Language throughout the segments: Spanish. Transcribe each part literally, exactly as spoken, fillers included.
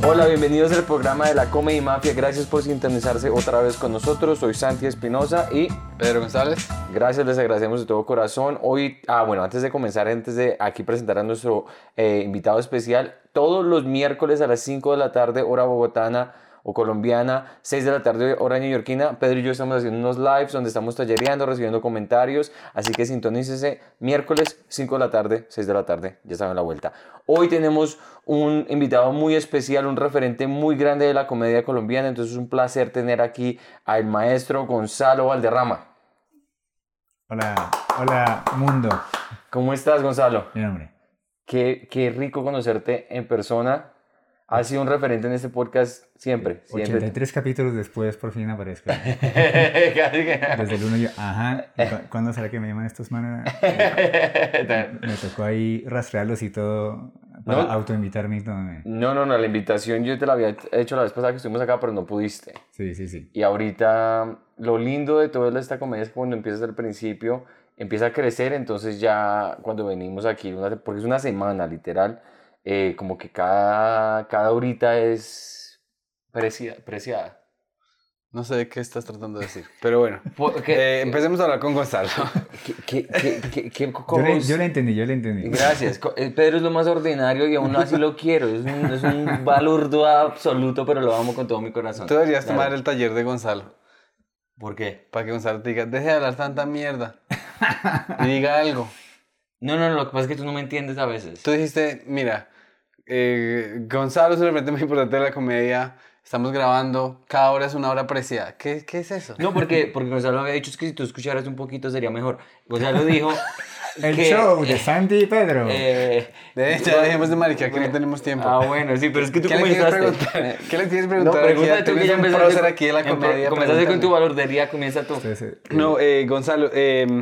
Hola, bienvenidos al programa de la Comedy Mafia. Gracias por sintonizarse otra vez con nosotros. Soy Santi Espinosa y Pedro González. Gracias, les agradecemos de todo corazón. Hoy, ah, bueno, antes de comenzar, antes de aquí presentar a nuestro eh, invitado especial, todos los miércoles a las cinco de la tarde, hora bogotana o colombiana, seis de la tarde, hora neoyorquina, Pedro y yo estamos haciendo unos lives donde estamos tallereando, recibiendo comentarios, así que sintonícese miércoles, cinco de la tarde, seis de la tarde, ya saben la vuelta. Hoy tenemos un invitado muy especial, un referente muy grande de la comedia colombiana, entonces es un placer tener aquí al maestro Gonzalo Valderrama. Hola, hola mundo. ¿Cómo estás, Gonzalo? Mi nombre. Qué, qué rico conocerte en persona. Has sido un referente en este podcast siempre. siempre. ochenta y tres capítulos después por fin aparezco. Desde el uno yo, ajá, ¿cu- ¿cuándo será que me llaman estos manos? Me tocó ahí rastrearlos y todo para ¿No? autoinvitarme y todo. No, no, no, la invitación yo te la había hecho la vez pasada que estuvimos acá, pero no pudiste. Sí, sí, sí. Y ahorita lo lindo de toda esta comedia es que cuando empiezas al principio, empieza a crecer, entonces ya cuando venimos aquí, una, porque es una semana literal, eh, como que cada, cada horita es preciada. preciada. No sé de qué estás tratando de decir, pero bueno. ¿Qué, eh, empecemos a hablar con Gonzalo. ¿Qué, qué, qué, qué, qué, Yo le, yo le entendí, yo le entendí. Gracias. Pedro es lo más ordinario y aún así lo quiero. Es un, es un balurdo absoluto, pero lo amo con todo mi corazón. Tú deberías Claro. tomar el taller de Gonzalo. ¿Por qué? Para que Gonzalo te diga, deje de hablar tanta mierda. Y diga algo. No, no, no, lo que pasa es que tú no me entiendes a veces. Tú dijiste, mira, eh, Gonzalo es un referente muy importante de la comedia. Estamos grabando, cada hora es una hora preciada. ¿Qué, qué es eso? No, porque, porque Gonzalo había dicho es que si tú escucharas un poquito sería mejor. Gonzalo dijo El que, show de Santi y Pedro. Eh, De hecho, ya dejemos de marica, que no tenemos tiempo. Ah, bueno, sí, pero es que tú ¿Qué le quieres comenzaste. preguntar? ¿Qué le quieres No, preguntar? pregúntate aquí? tú que Eres ya un empezaste prócer aquí de la empe- comedia. Comenzaste con tu pregúntame. balurdería, comienza tú. Entonces, eh, No, eh, Gonzalo, eh,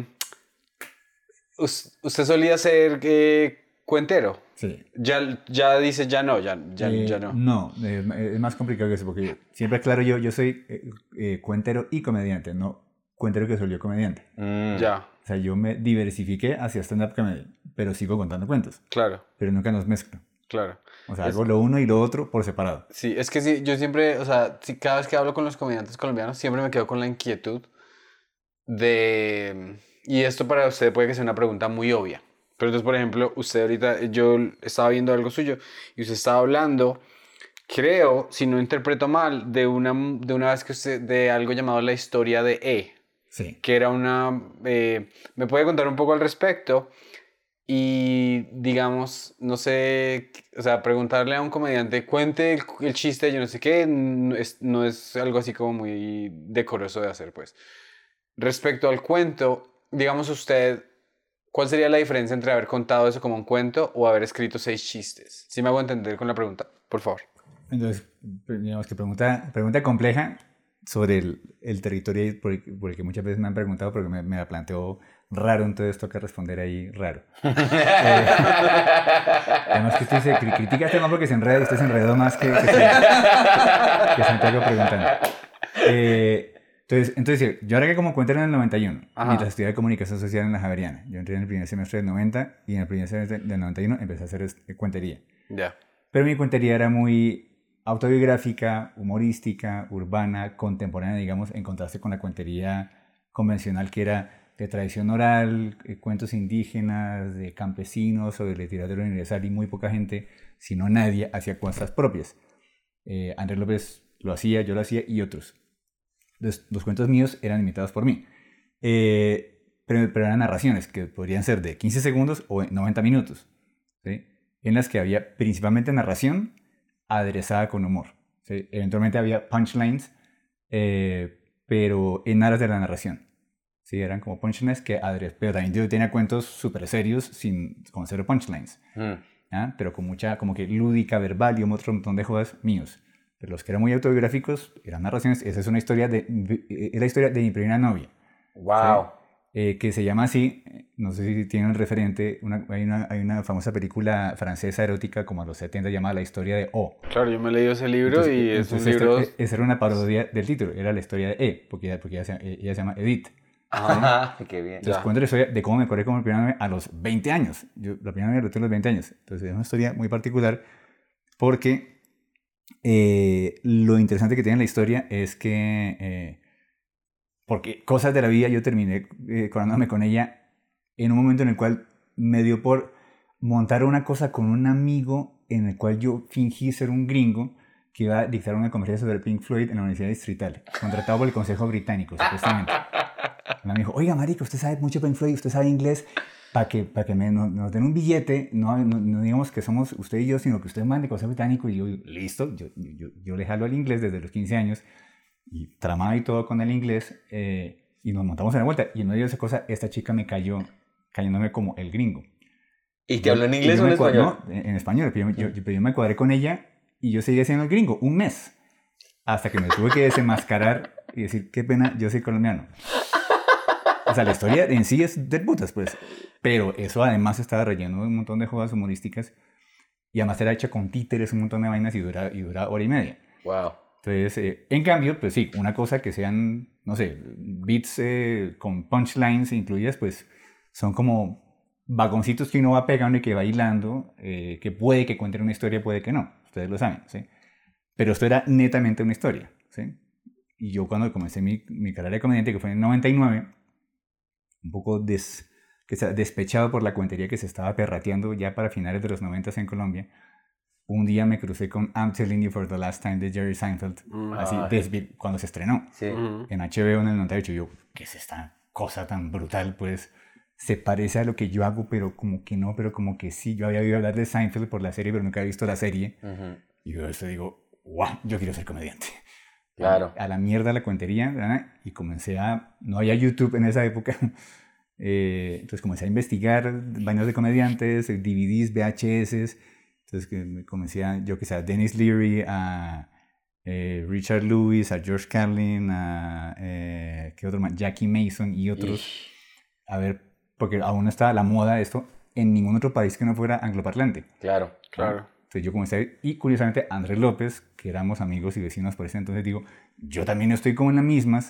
us- usted solía ser eh, cuentero. sí. Ya, ya dice ya no, ya, ya, Eh, ya no. No, eh, es más complicado que eso, porque siempre aclaro yo, yo soy eh, eh, cuentero y comediante, no cuentero que soy yo comediante. Mm. Ya, O sea, yo me diversifiqué hacia stand-up comedy, pero sigo contando cuentos, claro, pero nunca nos mezclo. claro. O sea, Es- hago lo uno y lo otro por separado. Sí, es que sí, yo siempre, o sea, sí, cada vez que hablo con los comediantes colombianos, siempre me quedo con la inquietud de... Y esto para usted puede que sea una pregunta muy obvia. Pero entonces, por ejemplo, usted ahorita, yo estaba viendo algo suyo y usted estaba hablando, creo, si no interpreto mal, de una, de una vez que usted, de algo llamado la historia de E. Sí. Que era una... eh, ¿me puede contar un poco al respecto? Y digamos, no sé, o sea, preguntarle a un comediante, cuente el, el chiste, yo no sé qué, no es, no es algo así como muy decoroso de hacer, pues. Respecto al cuento, digamos usted, ¿cuál sería la diferencia entre haber contado eso como un cuento o haber escrito seis chistes? ¿Sí me hago entender con la pregunta? Por favor. Entonces, digamos que pregunta, pregunta compleja sobre el, el territorio, porque, porque muchas veces me han preguntado, porque me, me la planteo raro, entonces toca responder ahí raro. eh, además que usted se cri- critica este tema porque se enreda y usted se enredó más que, que, se- que Santiago preguntando. Eh, entonces, entonces, yo arranqué como cuentero en el noventa y uno, Ajá. mientras estudiaba comunicación social en la Javeriana. Yo entré en el primer semestre del noventa y en el primer semestre del noventa y uno empecé a hacer este, cuentería. Ya. Pero mi cuentería era muy autobiográfica, humorística, urbana, contemporánea, digamos, en contraste con la cuentería convencional que era de tradición oral, eh, cuentos indígenas, de campesinos o de literatura universal, y muy poca gente, si no nadie, hacía cosas propias. Eh, Andrés López lo hacía, yo lo hacía y otros. Los, los cuentos míos eran imitados por mí. Eh, pero, pero eran narraciones que podrían ser de quince segundos o noventa minutos, ¿sí? En las que había principalmente narración aderezada con humor, ¿sí? Eventualmente había punchlines, eh, pero en aras de la narración. Sí, eran como punchlines que aderez... Pero también yo tenía cuentos súper serios sin, con cero punchlines. Mm. ¿Ah? Pero con mucha, como que lúdica, verbal y un otro montón de jodas míos. Pero los que eran muy autobiográficos eran narraciones. Esa es una historia de, es la historia de mi primera novia. Wow. ¿Sí? Eh, que se llama así, no sé si tienen un referente, una, hay, una, hay una famosa película francesa erótica como a los setenta llamada La historia de O. Claro, yo me he leído ese libro Entonces, y es un entonces libro... esto- esa era una parodia del título, era la historia de E, porque, ella- porque ella, se, ella se llama Edith. Ah, qué bien. Entonces Ya. cuento la historia de cómo me corrí como mi primera novia a los veinte años. Yo la primera novia la tuve a los veinte años. Entonces es una historia muy particular porque eh, lo interesante que tiene la historia es que, eh, porque cosas de la vida, yo terminé eh, acordándome con ella en un momento en el cual me dio por montar una cosa con un amigo en el cual yo fingí ser un gringo que iba a dictar una conferencia sobre Pink Floyd en la Universidad Distrital, contratado por el Consejo Británico, supuestamente. Me dijo, oiga, marica, usted sabe mucho Pink Floyd, usted sabe inglés, para que, pa que me, no, nos den un billete, no, no, no digamos que somos usted y yo, sino que usted mande Consejo Británico, y yo, listo, yo, yo, yo le jalo al inglés desde los quince años, y tramaba y todo con el inglés, eh, y nos montamos en la vuelta, y en medio de esa cosa, esta chica me cayó, cayéndome como el gringo. ¿Y te habló en inglés o en español? No, en, en español, pero yo, yo, yo me cuadré con ella, y yo seguía siendo el gringo, un mes, hasta que me tuve que desenmascarar y decir, qué pena, yo soy colombiano. O sea, la historia en sí es de putas, pues. Pero eso además estaba relleno de un montón de jodas humorísticas. Y además era hecha con títeres, un montón de vainas y dura, y dura hora y media. Wow. Entonces, eh, en cambio, pues sí, una cosa que sean, no sé, beats eh, con punchlines incluidas, pues son como vagoncitos que uno va pegando y que va hilando, eh, que puede que cuenten una historia, puede que no. Ustedes lo saben, ¿sí? Pero esto era netamente una historia, ¿sí? Y yo cuando comencé mi, mi carrera de comediante, que fue en el noventa y nueve, un poco des, que se, despechado por la cuentería que se estaba perrateando ya para finales de los noventas en Colombia, un día me crucé con I'm Telling You for the Last Time de Jerry Seinfeld, mm, así, desde, cuando se estrenó, sí. En H B O en el noventa y ocho. Yo, ¿qué es esta cosa tan brutal? Pues se parece a lo que yo hago, pero como que no, pero como que sí. Yo había oído hablar de Seinfeld por la serie, pero nunca había visto la serie. Uh-huh. Y yo eso digo, wow, yo quiero ser comediante. Claro. A, a la mierda la cuentería, ¿verdad? Y comencé a... No había YouTube en esa época. eh, entonces comencé a investigar vainas de comediantes, D V Ds, V H S. Entonces que comencé a, yo que sé, a Dennis Leary, a eh, Richard Lewis, a George Carlin, a... Eh, ¿qué otro más? Jackie Mason y otros. Ish. A ver, porque aún no estaba la moda de esto en ningún otro país que no fuera angloparlante. Claro, claro. ¿Ah? Entonces yo comencé a ver, y curiosamente Andrés López, que éramos amigos y vecinos por ese entonces, digo, yo también estoy como en las mismas.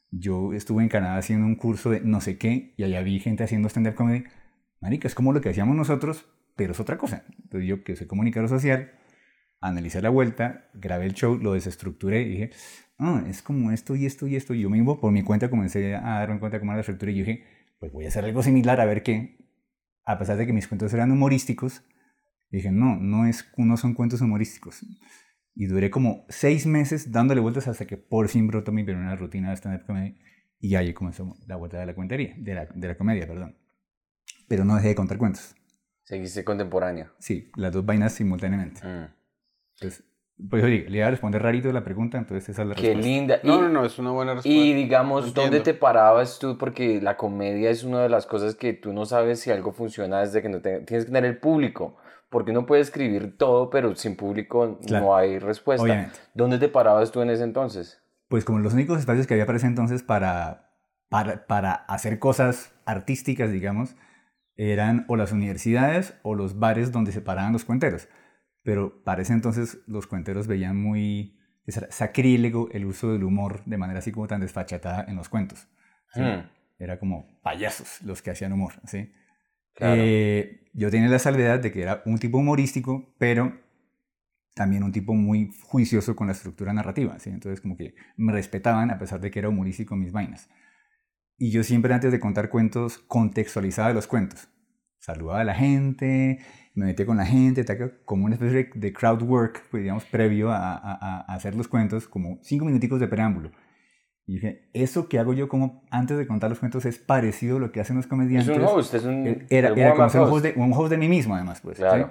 Yo estuve en Canadá haciendo un curso de no sé qué, y allá vi gente haciendo stand-up comedy. Marica, es como lo que hacíamos nosotros, pero es otra cosa. Entonces yo, que soy comunicador social, analicé la vuelta, grabé el show, lo desestructuré y dije, ah, es como esto y esto y esto. Y yo mismo, por mi cuenta, comencé a darme cuenta cómo era la estructura y yo dije, pues voy a hacer algo similar a ver qué. A pesar de que mis cuentos eran humorísticos, dije, no, no, es, no son cuentos humorísticos. Y duré como seis meses dándole vueltas hasta que por fin brotó mi primera rutina de stand-up comedy. Y ahí comenzó la vuelta de la cuentería, de la, de la comedia, perdón. Pero no dejé de contar cuentos. Seguiste contemporánea. Sí, las dos vainas simultáneamente. Mm. Entonces, pues oye, le iba a responder rarito la pregunta, entonces esa es la Qué respuesta. Qué linda. No, y, no, no, es una buena respuesta. Y digamos, no ¿dónde te parabas tú? Porque la comedia es una de las cosas que tú no sabes si algo funciona desde que no te, tienes que tener el público. Porque uno puede escribir todo, pero sin público claro, no hay respuesta. Obviamente. ¿Dónde te parabas tú en ese entonces? Pues como los únicos espacios que había para ese entonces para, para, para hacer cosas artísticas, digamos, eran o las universidades o los bares donde se paraban los cuenteros. Pero para ese entonces los cuenteros veían muy sacrílego el uso del humor de manera así como tan desfachatada en los cuentos. ¿Sí? Mm. Era como payasos los que hacían humor, ¿sí? Claro. Eh, yo tenía la salvedad de que era un tipo humorístico, pero también un tipo muy juicioso con la estructura narrativa, ¿sí? Entonces como que me respetaban a pesar de que era humorístico en mis vainas. Y yo siempre antes de contar cuentos contextualizaba los cuentos. Saludaba a la gente, me metía con la gente, como una especie de crowd work, pues digamos, previo a, a, a hacer los cuentos, como cinco minuticos de preámbulo. Y dije, eso que hago yo como antes de contar los cuentos es parecido a lo que hacen los comediantes. Es un host, es un... Era, era como ser un host, de, un host de mí mismo, además, pues. Claro. ¿sí?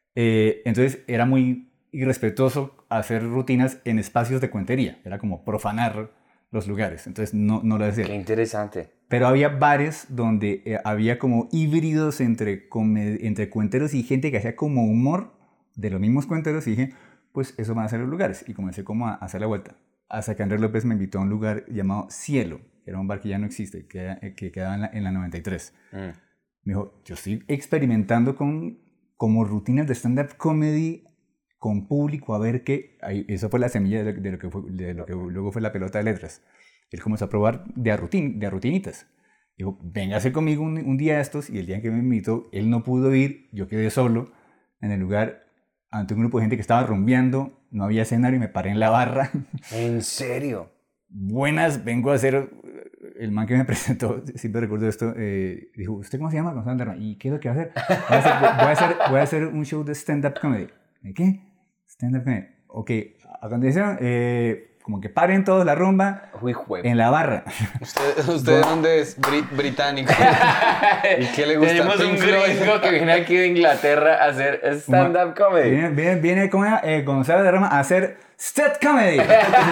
Eh, entonces, era muy irrespetuoso hacer rutinas en espacios de cuentería. Era como profanar los lugares. Entonces, no, no lo hacía. Qué interesante. Pero había bares donde eh, había como híbridos entre, entre cuenteros y gente que hacía como humor de los mismos cuenteros. Y dije, pues eso van a ser los lugares. Y comencé como a hacer la vuelta. Hasta que Andrés López me invitó a un lugar llamado Cielo, que era un bar que ya no existe, que, que quedaba en la, en la noventa y tres. Mm. Me dijo, yo estoy experimentando con como rutinas de stand-up comedy con público, a ver qué... Eso fue la semilla de lo, de lo, que, fue, de lo que luego fue la pelota de letras. Él comenzó a probar de a, rutin, de a rutinitas. Dijo, véngase conmigo un, un día estos, y el día en que me invitó, él no pudo ir, yo quedé solo en el lugar, ante un grupo de gente que estaba rumbeando, no había escenario y me paré en la barra. ¿En serio? Buenas, vengo a hacer... El man que me presentó, siempre recuerdo esto, eh, dijo, ¿usted cómo se llama? Gonzalo Anderma. ¿Y qué es lo que va a hacer? Voy a hacer, voy a hacer, voy a hacer un show de stand-up comedy. ¿De qué? Stand-up comedy. Ok, a continuación, eh, como que paren todos la rumba Uy, jue- en la barra. ¿Usted, usted de dónde es? Bri- británico. ¿Y qué le gusta? Tenemos Pink un Floyd. gringo que viene aquí de Inglaterra a hacer stand-up comedy. Viene, viene, viene ¿cómo era? Eh, Gonzalo Anderma a hacer stand comedy.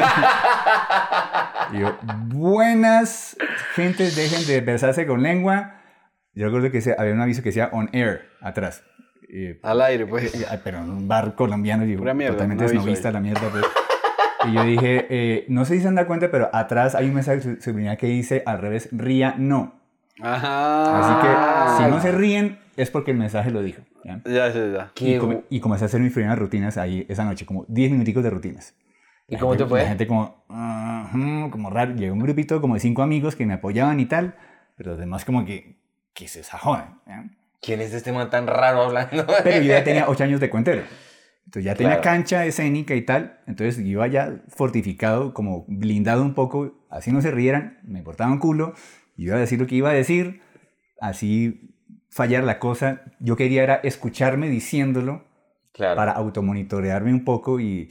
Y yo, buenas gentes, dejen de besarse con lengua. Yo recuerdo que se- había un aviso que decía on air atrás. Eh, Al aire, pues. eh, pero en un bar colombiano, digo, Pura mierda, totalmente un aviso esnovista ahí. la mierda. Pues. Y yo dije, eh, no sé si se han dado cuenta, pero atrás hay un mensaje su- subliminal que dice al revés, ría no. Ajá. Así que Ah. si no se ríen es porque el mensaje lo dijo. ¿ya? Ya, ya, ya. Qué Y, come- bu- y comencé a hacer mis primeras rutinas ahí esa noche, como diez minuticos de rutinas. ¿Y La cómo gente- te fue? La gente como, "Ah, hmm", como raro. Llegó un grupito como de cinco amigos que me apoyaban y tal, pero los demás como que, que se sajodan. ¿ya? ¿Quién es este man tan raro hablando? Pero yo ya tenía ocho años de cuentero. Entonces ya tenía Claro. cancha escénica y tal. Entonces iba ya fortificado, como blindado un poco. Así no se rieran, me importaba un culo. Yo iba a decir lo que iba a decir. Así fallar la cosa. Yo quería era escucharme diciéndolo Claro. para automonitorearme un poco y,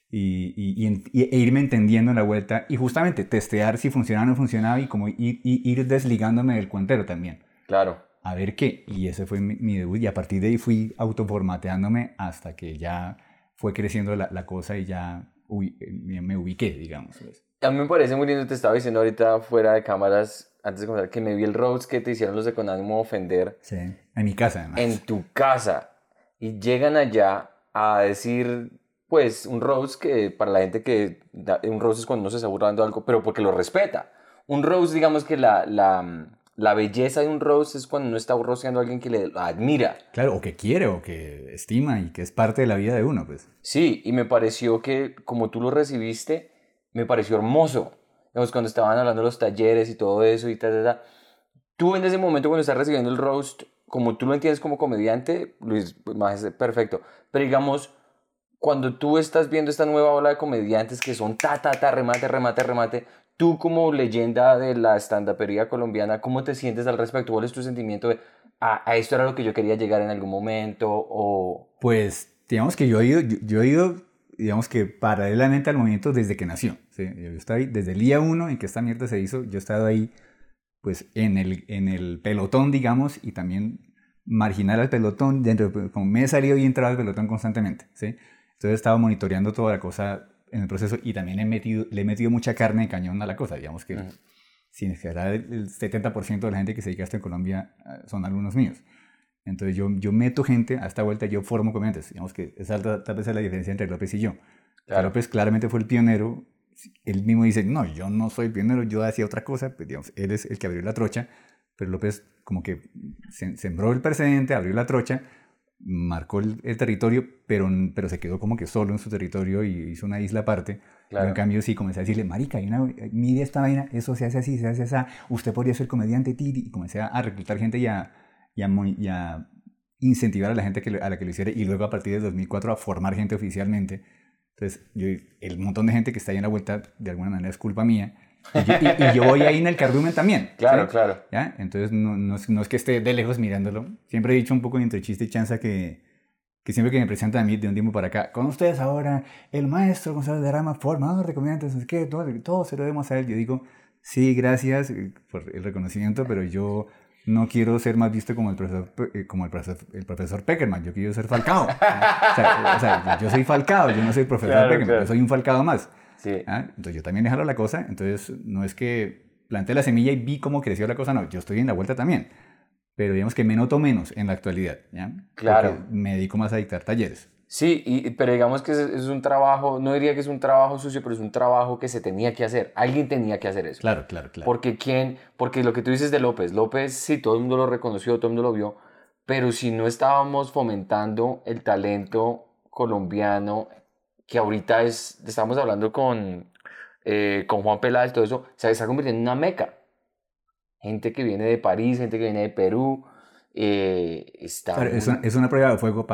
y, y- y en- y- e irme entendiendo en la vuelta. Y justamente testear si funcionaba o no funcionaba y como ir, ir- ir desligándome del cuentero también. Claro. A ver qué. Y ese fue mi, mi debut. Y a partir de ahí fui autoformateándome hasta que ya fue creciendo la, la cosa y ya uy, me, me ubiqué, digamos. Pues. A mí me parece muy lindo, te estaba diciendo ahorita fuera de cámaras, antes de comenzar, que me vi el roast que te hicieron los de Con Ánimo de Ofender Sí. En mi casa, además. en tu casa. Y llegan allá a decir, pues, un roast que para la gente que... da- un roast es cuando uno se está burlando de algo, pero porque lo respeta. Un roast, digamos que la, la, la belleza de un roast es cuando uno está rosteando a alguien que le admira. Claro, o que quiere, o que estima y que es parte de la vida de uno, pues. Sí, y me pareció que como tú lo recibiste, me pareció hermoso. Digamos, cuando estaban hablando de los talleres y todo eso y tal, tal, tal. Tú en ese momento cuando estás recibiendo el roast, como tú lo entiendes como comediante, Luis, más perfecto. Pero digamos, cuando tú estás viendo esta nueva ola de comediantes que son ta, ta, ta, remate, remate, remate, tú como leyenda de la stand-upería colombiana, ¿cómo te sientes al respecto? ¿Cuál es tu sentimiento de, a, a esto era lo que yo quería llegar en algún momento? O... Pues, digamos que yo he ido, yo, yo he ido, digamos que paralelamente al movimiento desde que nació. ¿sí? Yo estaba ahí desde el día uno en que esta mierda se hizo, yo he estado ahí, pues, en el, en el pelotón, digamos, y también marginal al pelotón, dentro de, como me he salido y he entrado al pelotón constantemente, ¿sí? Entonces he estado monitoreando toda la cosa en el proceso y también he metido, le he metido mucha carne de cañón a la cosa, digamos que, Uh-huh. sin exagerar, el setenta por ciento de la gente que se dedica a esto en Colombia eh, son alumnos míos. Entonces yo, yo meto gente a esta vuelta, yo formo comediantes. Digamos que esa tal tal vez es la diferencia entre López y yo. Claro. López claramente fue el pionero. Él mismo dice, no, yo no soy el pionero, yo hacía otra cosa. Pues digamos, él es el que abrió la trocha. Pero López como que se- sembró el precedente, abrió la trocha, marcó el, el territorio, pero, pero se quedó como que solo en su territorio y hizo una isla aparte. Claro. Yo, en cambio, sí comencé a decirle, marica, hay una, mire esta vaina, eso se hace así, se hace así, usted podría ser comediante, tiri. Y comencé a reclutar gente y a, y a, moni- y a incentivar a la gente que, lo- a la que lo hiciera. Y luego a partir del dos mil cuatro a formar gente oficialmente. Entonces, yo, el montón de gente que está ahí en la vuelta, de alguna manera es culpa mía. Y yo, y- y yo voy ahí en el cardumen también. Claro, ¿sí? claro. ¿Ya? Entonces, no, no, es, no es que esté de lejos mirándolo. Siempre he dicho un poco entre chiste y chanza que, que siempre que me presentan a mí de un tiempo para acá, con ustedes ahora, el maestro Gonzalo de Rama, formador de comediantes, no sé qué, todo, todo se lo debemos a él. Yo digo, sí, gracias eh, por el reconocimiento, pero yo no quiero ser más visto como el profesor, eh, como el profesor, el profesor Peckerman, yo quiero ser Falcao. ¿ya? O, sea, o sea, yo soy Falcao, yo no soy el profesor Claro, Peckerman, claro. yo soy un Falcao más. Sí. ¿ah? Entonces yo también dejalo la cosa, entonces no es que planté la semilla y vi cómo creció la cosa, no, yo estoy en la vuelta también, pero digamos que me noto menos en la actualidad, ¿ya? Claro. Porque me dedico más a dictar talleres. Sí, y, pero digamos que es, es un trabajo, no diría que es un trabajo sucio, pero es un trabajo que se tenía que hacer. Alguien tenía que hacer eso. Claro, claro, claro. Porque quién, porque lo que tú dices de López, López sí, todo el mundo lo reconoció, todo el mundo lo vio, pero si no estábamos fomentando el talento colombiano, que ahorita es, estamos hablando con, eh, con Juan Peláez, todo eso, se está convirtiendo en una meca. Gente que viene de París, gente que viene de Perú, eh, está... Claro, es, muy- una, es una prueba de fuego para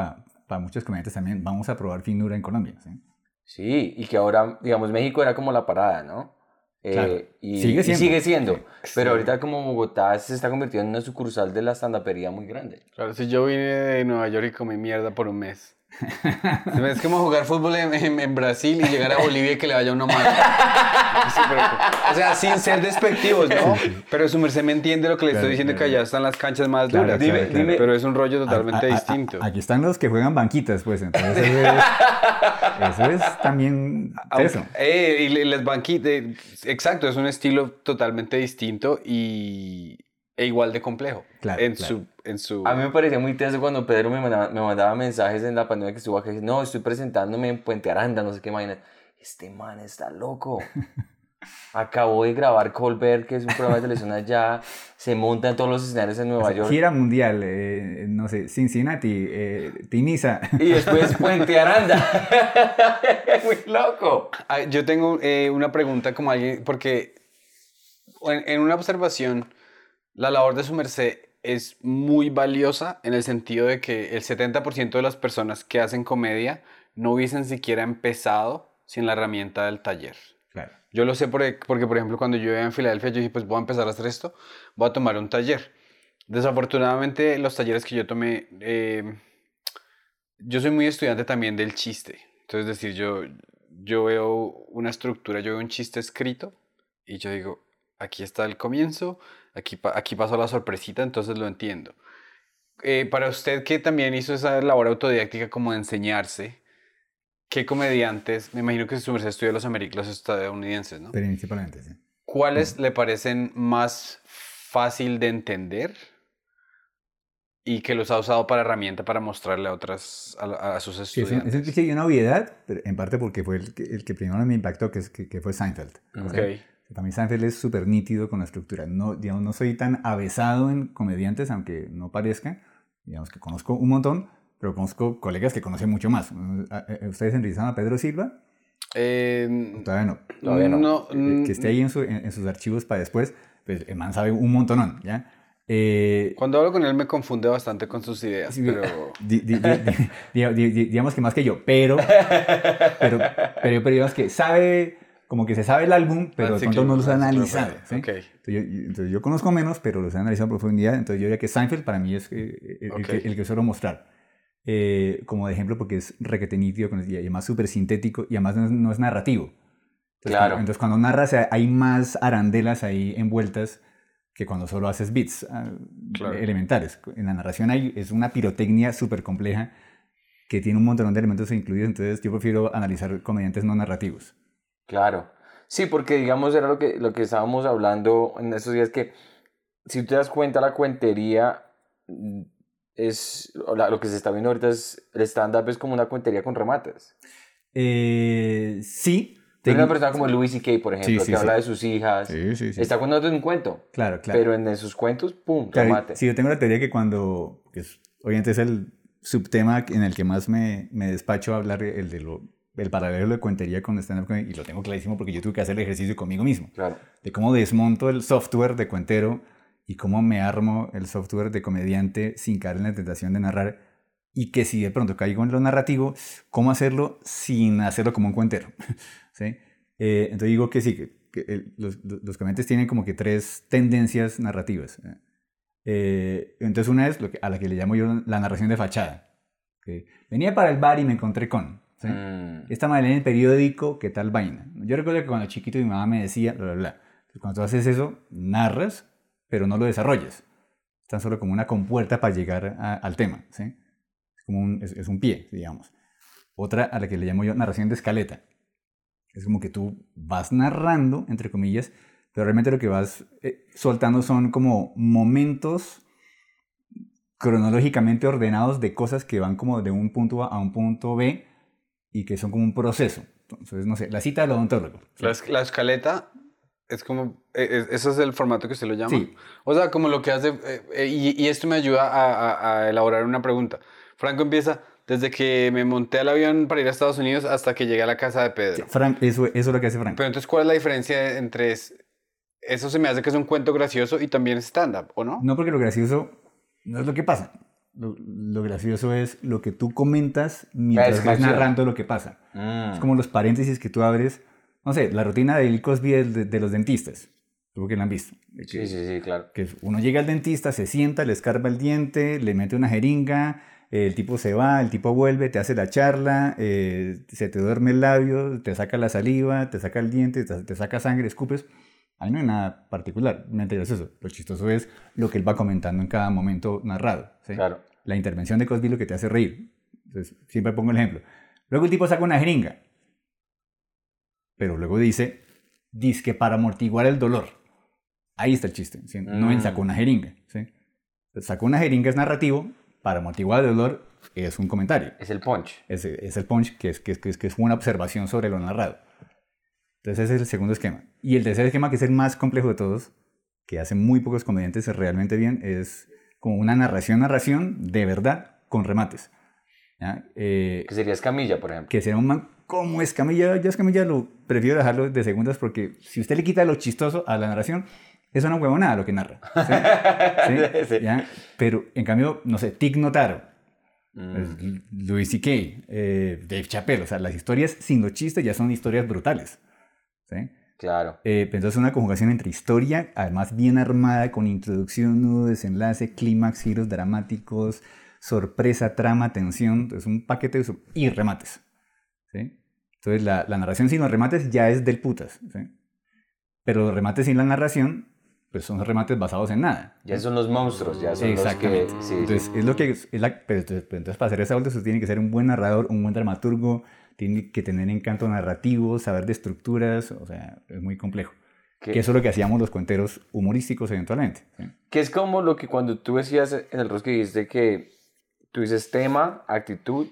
para muchos comediantes también, vamos a probar finura en Colombia. ¿Sí? Sí, y que ahora, digamos, México era como la parada, ¿no? Claro. Eh, y, Sigue y siendo. sigue siendo. Sí. Pero ahorita como Bogotá se está convirtiendo en una sucursal de la stand-upería muy grande. Claro, si yo vine de Nueva York y comí mierda por un mes. Es como jugar fútbol en, en, en Brasil y llegar a Bolivia y que le vaya uno mal. Sí, pero, o sea, sin ser despectivos, ¿no? Pero su merced me entiende lo que le Claro, estoy diciendo, claro. que allá están las canchas más Claro, duras. claro, Dime, claro. dime, pero es un rollo totalmente A- a- a- distinto. Aquí están los que juegan banquitas, pues, entonces eso es, eso es también eso. Eh, y las banquitas, exacto, es un estilo totalmente distinto y e igual de complejo. Claro, en claro. su en su A mí me parecía muy teso cuando Pedro me mandaba, me mandaba mensajes en la pandemia que estuvo acá. No, estoy presentándome en Puente Aranda, no sé qué vaina. Este man está loco. Acabó de grabar Colbert, que es un programa de televisión allá. Se monta en todos los escenarios en Nueva York. Gira mundial, eh, no sé, Cincinnati, eh, Timisa. Y después Puente Aranda. Muy loco. Ah, yo tengo eh, una pregunta como alguien, porque en, en una observación, la labor de su merced es muy valiosa en el sentido de que el setenta por ciento de las personas que hacen comedia no hubiesen siquiera empezado sin la herramienta del taller. Claro. Yo lo sé porque, porque, por ejemplo, cuando yo vivía en Filadelfia, yo dije, pues voy a empezar a hacer esto, voy a tomar un taller. Desafortunadamente, los talleres que yo tomé, eh, yo soy muy estudiante también del chiste. Entonces, es decir, yo, yo veo una estructura, yo veo un chiste escrito y yo digo, aquí está el comienzo, aquí, pa- aquí pasó la sorpresita, entonces lo entiendo. Eh, para usted que también hizo esa labor autodidáctica como de enseñarse, ¿qué comediantes, me imagino que su merced estudia los, ameri- los estadounidenses, ¿no? Principalmente, sí. ¿Cuáles le parecen más fácil de entender y que los ha usado para herramienta para mostrarle a otras, a, a sus Sí, es, un, estudiantes? es un cliché y una obviedad, pero en parte porque fue el que, el que primero me impactó, que, es, que, que fue Seinfeld. Ok. ¿Sí? Para mí Seinfeld es súper nítido con la estructura. No, digamos, no soy tan avesado en comediantes, aunque no parezca. Digamos que conozco un montón, pero conozco colegas que conocen mucho más. ¿Ustedes entrevistaron a Pedro Silva? Eh, Todavía no. Todavía no. no, Eh, que esté ahí en, su, en, en sus archivos para después. Pues el man sabe un montonón, ¿ya? Eh, Cuando hablo con él me confunde bastante con sus ideas, Sí, pero... di- di- di- di- di- di- digamos que más que yo, pero, pero, pero, pero digamos que sabe, como que se sabe el álbum, pero Ah, de sí, pronto claro, no los ha claro, sí, analizado. claro, ¿sí? ok. Entonces, yo, entonces yo conozco menos, pero los he analizado a profundidad. Entonces yo diría que Seinfeld para mí es eh, el, Ok. que, el que suelo mostrar. Eh, como de ejemplo porque es requete nítido con- y además súper sintético y además no es, no es narrativo. Entonces, Claro. Cuando, entonces cuando narras eh, hay más arandelas ahí envueltas que cuando solo haces beats ah, Claro. elementales. En la narración hay, es una pirotecnia súper compleja que tiene un montón de elementos incluidos, entonces yo prefiero analizar comediantes no narrativos. Claro. Sí, porque digamos era lo que, lo que estábamos hablando en estos días, que si tú te das cuenta, la cuentería mm, es, o la- lo que se está viendo ahorita es, el stand-up es como una cuentería con remates. Eh, sí. Tiene una tec- persona como Louis C K, por ejemplo, Sí, sí, que sí. habla de sus hijas, Sí, sí, sí. está contando un cuento, Claro, claro. pero en sus cuentos, ¡pum!, Claro, remate. sí, yo tengo la teoría que cuando, que es, obviamente es el subtema en el que más me, me despacho a hablar, el de lo, el paralelo de cuentería con stand-up comedy, y lo tengo clarísimo porque yo tuve que hacer el ejercicio conmigo mismo, Claro. de cómo desmonto el software de cuentero y cómo me armo el software de comediante sin caer en la tentación de narrar, y que si de pronto caigo en lo narrativo, cómo hacerlo sin hacerlo como un cuentero. ¿Sí? Eh, entonces digo que sí, que, que el- los, los comediantes tienen como que tres tendencias narrativas. ¿eh? Eh, entonces una es lo que, a la que le llamo yo la narración de fachada. Que venía para el bar y me encontré con... ¿sí? Mm, Esta manera en el periódico, ¿qué tal vaina? Yo recuerdo que cuando chiquito mi mamá me decía, bla, bla, bla. Entonces, cuando tú haces eso, narras, pero no lo desarrollas. Es tan solo como una compuerta para llegar a- al tema. ¿sí? Es, como un, es, es un pie, digamos. Otra a la que le llamo yo narración de escaleta. Es como que tú vas narrando, entre comillas, pero realmente lo que vas eh, soltando son como momentos cronológicamente ordenados de cosas que van como de un punto A a un punto B y que son como un proceso. Entonces, no sé, la cita del odontólogo. La, es- la escaleta es como... eh, eh, ¿Ese es el formato que usted lo llama? Sí. O sea, como lo que hace... eh, eh, y, y esto me ayuda a, a- a elaborar una pregunta. Franco empieza desde que me monté al avión para ir a Estados Unidos hasta que llegué a la casa de Pedro. Frank, eso, eso es lo que hace Frank. Pero entonces, ¿cuál es la diferencia entre... es- Eso se me hace que es un cuento gracioso y también stand-up, ¿o no? No porque lo gracioso no es lo que pasa. lo, lo gracioso es lo que tú comentas mientras vas narrando lo que pasa. Mm. Es como los paréntesis que tú abres. No sé, la rutina de Bill Cosby de, de los dentistas. Supongo que la han visto. Que, sí, sí, sí, claro. Que uno llega al dentista, se sienta, le escarba el diente, le mete una jeringa, el tipo se va, el tipo vuelve, te hace la charla, eh, se te duerme el labio, te saca la saliva, te saca el diente, te, te saca sangre, escupes. Ahí no hay nada particular, me interesa eso. Lo chistoso es lo que él va comentando en cada momento narrado. ¿Sí? Claro. La intervención de Cosby lo que te hace reír. Entonces, siempre pongo el ejemplo. Luego el tipo saca una jeringa, pero luego dice, dizque para amortiguar el dolor. Ahí está el chiste, ¿sí? No en sacó una jeringa. ¿Sí? Sacó una jeringa es narrativo, para amortiguar el dolor es un comentario. Es el punch. Es, es el punch, que es, que, es, que, es, que es una observación sobre lo narrado. Entonces ese es el segundo esquema. Y el tercer esquema, que es el más complejo de todos, que hacen muy pocos comediantes realmente bien, es como una narración-narración de verdad con remates. ¿Ya? Eh, que sería Escamilla, por ejemplo. Que sería un man como Escamilla. Yo Escamilla lo prefiero dejarlo de segundas porque si usted le quita lo chistoso a la narración, es una huevonada lo que narra. ¿Sí? ¿Sí? Sí. ¿Ya? Pero en cambio, no sé, Tig Notaro, mm. Louis C K, eh, Dave Chappelle, o sea, las historias sin los chistes ya son historias brutales. ¿Sí? Claro. Eh, entonces una conjugación entre historia, además bien armada, con introducción, nudo, desenlace, clímax, giros dramáticos, sorpresa, trama, tensión, es un paquete de y remates. ¿Sí? Entonces la, la narración sin los remates ya es del putas. ¿Sí? Pero los remates sin la narración, pues son remates basados en nada. Ya son los monstruos, ya son los que... Sí, entonces, sí. es lo que es la, pero entonces, entonces para hacer esa vuelta, usted tiene que ser un buen narrador, un buen dramaturgo, tiene que tener encanto narrativo, saber de estructuras, o sea, es muy complejo. ¿Qué? Que eso es lo que hacíamos los cuenteros humorísticos eventualmente. ¿Sí? Que es como lo que cuando tú decías en el rostro que dijiste que tú dices tema, actitud,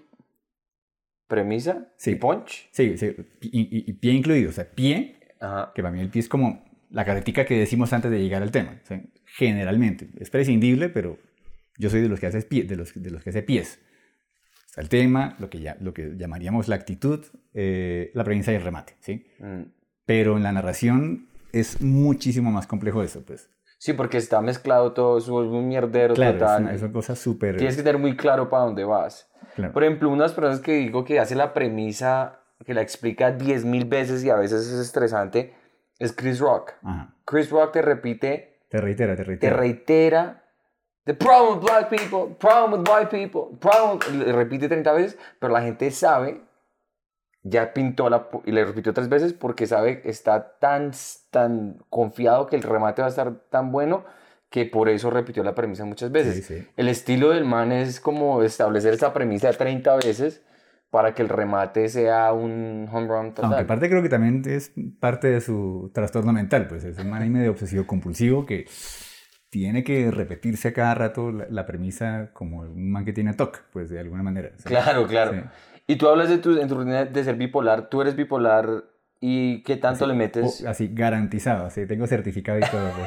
premisa sí. y punch. Sí, sí, y, y, y pie incluido, o sea, pie, Ajá. Que para mí el pie es como la caretica que decimos antes de llegar al tema. ¿Sí? Generalmente, es prescindible, pero yo soy de los que hace, pie, de los, de los que hace pies. Está el tema, lo que, ya, lo que llamaríamos la actitud, eh, la premisa y el remate, ¿sí? Mm. Pero en la narración es muchísimo más complejo eso, pues. Sí, porque está mezclado todo, es un mierdero claro, total. Claro, es una cosa súper... Tienes que tener muy claro para dónde vas. Claro. Por ejemplo, unas personas que digo que hace la premisa, que la explica diez mil veces y a veces es estresante, es Chris Rock. Ajá. Chris Rock te repite... Te reitera, te reitera. Te reitera... The problem with black people, problem with white people, problem... Le repite treinta veces, pero la gente sabe, ya pintó la... Y le repitió tres veces porque sabe, está tan, tan confiado que el remate va a estar tan bueno que por eso repitió la premisa muchas veces. Sí, sí. El estilo del man es como establecer esa premisa treinta veces para que el remate sea un home run total. Aunque aparte creo que también es parte de su trastorno mental, pues es un man medio obsesivo compulsivo que... tiene que repetirse a cada rato la, la premisa como un man que tiene T O C, pues de alguna manera. ¿Sí? Claro, claro. Sí. Y tú hablas de tu, en tu rutina de ser bipolar. ¿Tú eres bipolar y qué tanto así, le metes? O, así, garantizado. Así, tengo certificado y todo. Pues.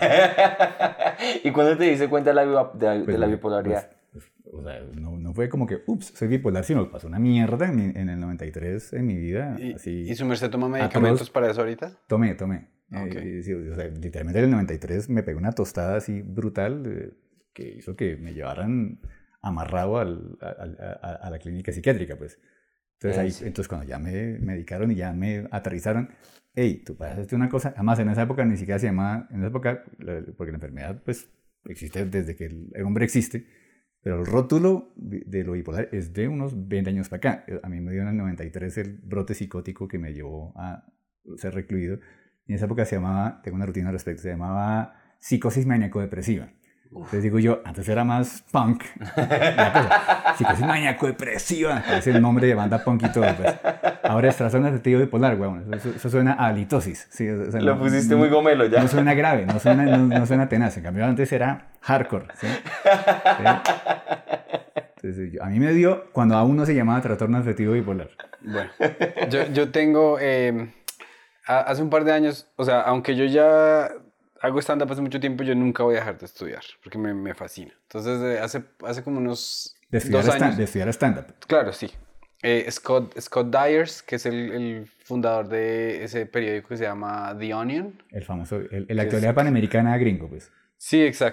¿Y cuándo te diste cuenta de la, de, pues, de la bipolaridad? Pues, pues, o sea, no, no fue como que, ups, soy bipolar, sino pasó una mierda en, mi, en el noventa y tres en mi vida. ¿Y, así, ¿y su merced toma medicamentos todos, para eso ahorita? Tomé, tomé. Okay. Eh, sí, o sea, literalmente en el noventa y tres me pegó una tostada así brutal eh, que hizo que me llevaran amarrado al, al, a, a la clínica psiquiátrica, pues. Entonces, ahí, sí. entonces cuando ya me medicaron y ya me aterrizaron, hey, tú puedes hacerte una cosa. Además, en esa época ni siquiera se llamaba, en esa época, porque la enfermedad pues existe desde que el, el hombre existe, pero el rótulo de, de lo bipolar es de unos veinte años para acá. A mí me dio en el noventa y tres el brote psicótico que me llevó a ser recluido. Y en esa época se llamaba, tengo una rutina al respecto, se llamaba psicosis maníaco-depresiva. Entonces digo yo, antes era más punk. La cosa, psicosis maníaco-depresiva, es el nombre de banda punk y todo. Pues. Ahora es trastorno afectivo bipolar, weón. Eso, eso suena a halitosis. ¿Sí? O sea, Lo no, pusiste no, muy gomelo ya. No suena grave, no suena, no, no suena tenaz. En cambio antes era hardcore. ¿Sí? ¿Sí? Entonces, yo, a mí me dio cuando aún no se llamaba trastorno afectivo bipolar. Bueno, yo, yo tengo... Eh... Hace un par de años, o sea, aunque yo ya hago stand-up hace mucho tiempo, yo nunca voy a dejar de estudiar, porque me, me fascina. Entonces, eh, hace, hace como unos de estudiar dos años... Stand, de estudiar stand-up. Claro, sí. Eh, Scott, Scott Dyers, que es el, el fundador de ese periódico que se llama The Onion. El famoso, el, el la actualidad es... panamericana gringo, pues. Sí, exacto.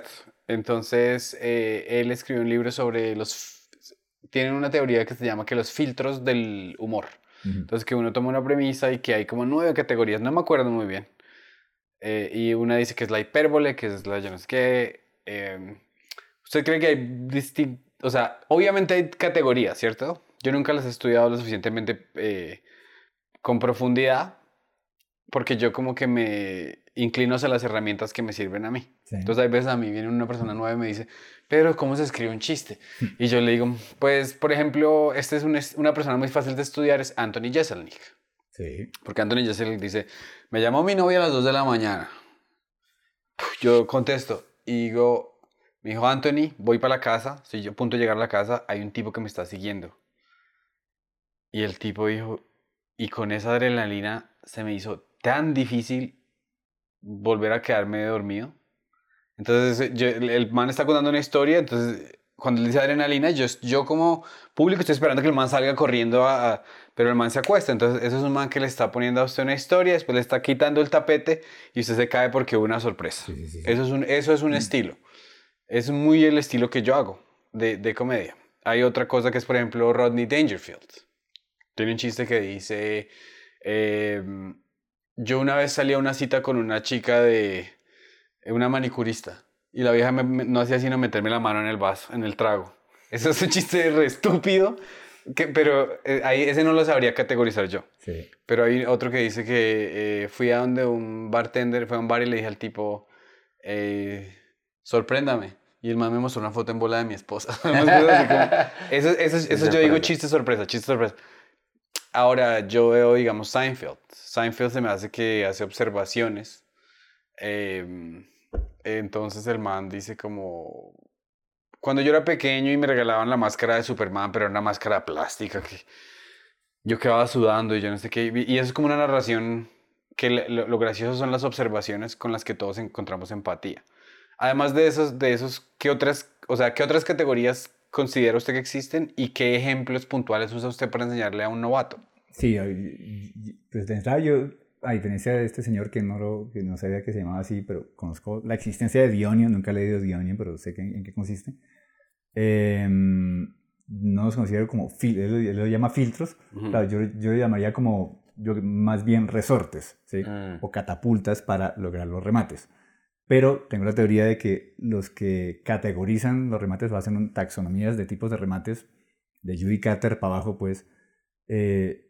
Entonces, eh, él escribió un libro sobre los... Tienen una teoría que se llama que los filtros del humor. Uh-huh. Entonces, que uno toma una premisa y que hay como nueve categorías, no me acuerdo muy bien. Eh, y una dice que es la hipérbole, que es la yo no sé qué. Eh, ¿Usted cree que hay distintos... O sea, obviamente hay categorías, ¿cierto? Yo nunca las he estudiado lo suficientemente eh, con profundidad, porque yo como que me inclino hacia las herramientas que me sirven a mí. Sí. Entonces hay veces a mí viene una persona nueva y me dice, pero ¿cómo se escribe un chiste? Y yo le digo, pues, por ejemplo, este es un, una persona muy fácil de estudiar, es Anthony Jeselnik. Sí. Porque Anthony Jeselnik dice, me llamó mi novia a las dos de la mañana. Yo contesto y digo... Me dijo, Anthony, voy para la casa, estoy yo a punto de llegar a la casa, hay un tipo que me está siguiendo. Y el tipo dijo, y con esa adrenalina se me hizo tan difícil volver a quedarme dormido. Entonces, yo, el man está contando una historia, entonces, cuando él dice adrenalina, yo, yo como público estoy esperando que el man salga corriendo, a, a, pero el man se acuesta. Entonces, eso es un man que le está poniendo a usted una historia, después le está quitando el tapete y usted se cae porque hubo una sorpresa. Sí, sí, sí. Eso es un, eso es un mm. estilo. Es muy el estilo que yo hago de, de comedia. Hay otra cosa que es, por ejemplo, Rodney Dangerfield. Tiene un chiste que dice, eh, yo una vez salí a una cita con una chica de una manicurista y la vieja me, me, no hacía sino meterme la mano en el vaso, en el trago. Eso es un chiste re estúpido, que, pero eh, ahí, ese no lo sabría categorizar yo. Sí. Pero hay otro que dice que eh, fui a donde un bartender, fue a un bar y le dije al tipo... Eh, sorpréndame. Y el man me mostró una foto en bola de mi esposa. eso eso, eso, eso yo digo chiste sorpresa, chiste sorpresa. Ahora yo veo, digamos, Seinfeld. Seinfeld se me hace que hace observaciones. Eh, entonces el man dice como... Cuando yo era pequeño y me regalaban la máscara de Superman, pero era una máscara plástica que yo quedaba sudando y yo no sé qué. Y eso es como una narración que lo, lo gracioso son las observaciones con las que todos encontramos empatía. Además de esos, de esos, ¿qué otras, o sea, qué otras categorías considera usted que existen y qué ejemplos puntuales usa usted para enseñarle a un novato? Sí, pues de entrada yo, a diferencia de este señor que no, lo, que no sabía que se llamaba así, pero conozco la existencia de Dionio, nunca he leído Dionio, pero sé que, en, en qué consiste. Eh, no los considero como, fil él, él lo llama filtros, uh-huh. Claro, yo, yo lo llamaría como, yo, más bien resortes, ¿sí? Uh-huh. O catapultas para lograr los remates. Pero tengo la teoría de que los que categorizan los remates o hacen taxonomías de tipos de remates, de Judy Carter para abajo, pues, eh,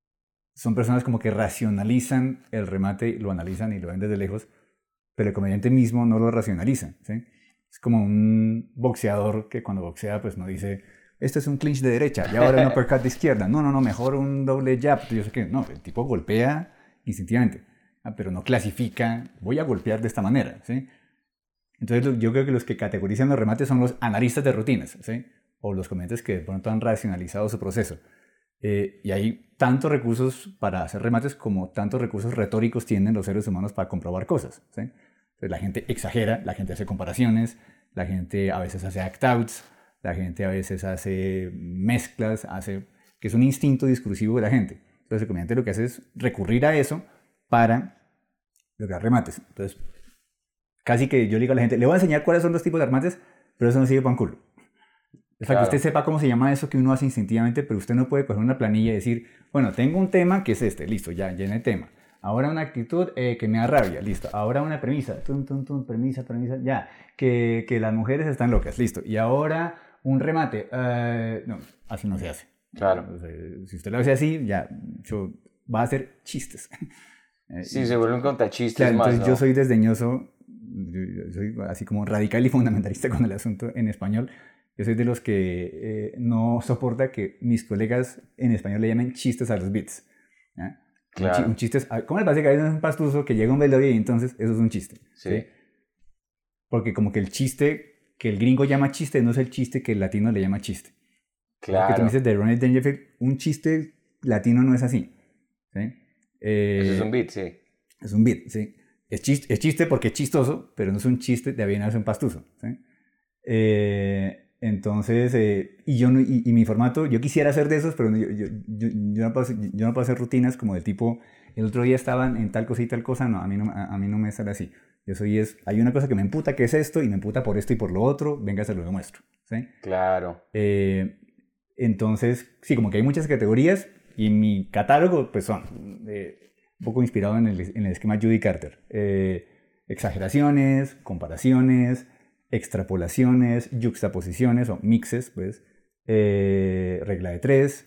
son personas como que racionalizan el remate, lo analizan y lo ven desde lejos, pero el comediante mismo no lo racionaliza, ¿sí? Es como un boxeador que cuando boxea, pues no dice, este es un clinch de derecha y ahora un uppercut de izquierda. No, no, no, mejor un doble jab. Yo sé que no, el tipo golpea instintivamente. Ah, pero no clasifica, voy a golpear de esta manera, ¿sí? Entonces yo creo que los que categorizan los remates son los analistas de rutinas, ¿sí? O los comediantes que de pronto han racionalizado su proceso. Eh, y hay tantos recursos para hacer remates como tantos recursos retóricos tienen los seres humanos para comprobar cosas, ¿sí? Entonces la gente exagera, la gente hace comparaciones, la gente a veces hace act-outs, la gente a veces hace mezclas, hace, que es un instinto discursivo de la gente. Entonces el comediante lo que hace es recurrir a eso para lograr remates. Entonces, casi que yo le digo a la gente, le voy a enseñar cuáles son los tipos de remates, pero eso no sirve para un culo. Es para claro. que usted sepa cómo se llama eso que uno hace instintivamente, pero usted no puede coger una planilla y decir, bueno, tengo un tema que es este, listo, ya, llené el tema. Ahora una actitud eh, que me da rabia, listo. Ahora una premisa, tum, tum, tum, premisa, premisa, ya. Que, que las mujeres están locas, listo. Y ahora un remate, uh, no, así no se hace. Claro. O sea, si usted lo hace así, ya, yo, va a hacer chistes. Sí, se vuelven contachistes claro, más, entonces ¿no? Yo soy desdeñoso, yo soy así como radical y fundamentalista con el asunto en español. Yo soy de los que eh, no soporta que mis colegas en español le llamen chistes a los beats. ¿eh? Claro. Un chiste es, ¿cómo le parece que hay un pastuso que llega un velorio y entonces eso es un chiste? Sí. ¿sí? Porque como que el chiste que el gringo llama chiste no es el chiste que el latino le llama chiste. Claro. Lo que tú me dices de Rodney Dangerfield, un chiste latino no es así. ¿sí? Eh, Eso es un beat, sí. Es un beat, sí. Es chiste, es chiste porque es chistoso, pero no es un chiste de avienarse un pastuso. ¿sí? Eh, entonces, eh, y, yo no, y, y mi formato, yo quisiera hacer de esos, pero yo, yo, yo, yo, no puedo, yo no puedo hacer rutinas como del tipo, el otro día estaban en tal cosa y tal cosa, no, a mí no, a, a mí no me sale así. Yo soy es, hay una cosa que me emputa que es esto y me emputa por esto y por lo otro, venga, se lo demuestro. ¿Sí? Claro. Eh, entonces, sí, como que hay muchas categorías y mi catálogo pues son eh, un poco inspirado en el, en el esquema Judy Carter. Eh, exageraciones, comparaciones, extrapolaciones, yuxtaposiciones o mixes, pues, eh, regla de tres,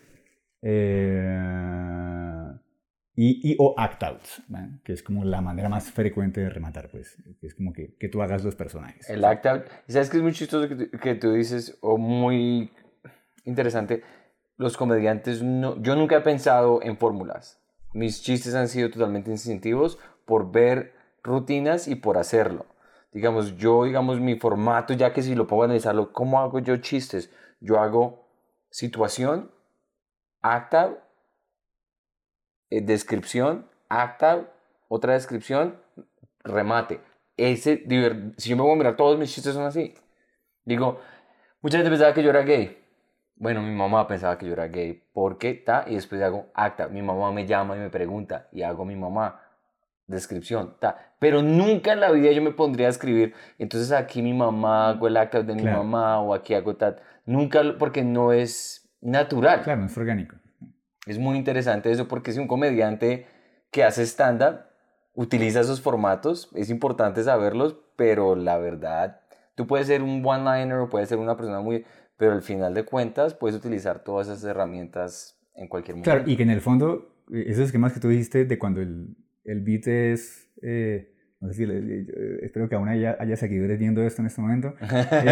eh, y, y o act-outs, ¿vale? Que es como la manera más frecuente de rematar, pues, que es como que, que tú hagas los personajes. El act-out. ¿Y sabes que es muy chistoso que tú, que tú dices, o muy interesante? Los comediantes, no, yo nunca he pensado en fórmulas. Mis chistes han sido totalmente instintivos por ver rutinas y por hacerlo. Digamos, yo, digamos, mi formato, ya que si lo pongo a analizarlo, ¿cómo hago yo chistes? Yo hago situación, act-out, eh, descripción, act-out, otra descripción, remate. Ese, diver- si yo me voy a mirar, todos mis chistes son así. Digo, mucha gente pensaba que yo era gay. Bueno, mi mamá pensaba que yo era gay. ¿Por qué? Ta, y después hago acta. Mi mamá me llama y me pregunta. Y hago mi mamá. Descripción. Ta. Pero nunca en la vida yo me pondría a escribir. Entonces aquí mi mamá hago el acta de mi Claro. mamá. O aquí hago tal. Nunca, lo- porque no es natural. Claro, no es orgánico. Es muy interesante eso porque si un comediante que hace stand-up utiliza esos formatos, es importante saberlos, pero la verdad, tú puedes ser un one-liner o puedes ser una persona muy... Pero al final de cuentas puedes utilizar todas esas herramientas en cualquier momento. Claro, y que en el fondo, eh, esos esquemas que tú dijiste de cuando el, el beat es... Eh, no sé si... le- le- eh, espero que aún haya, haya seguidores viendo esto en este momento. No,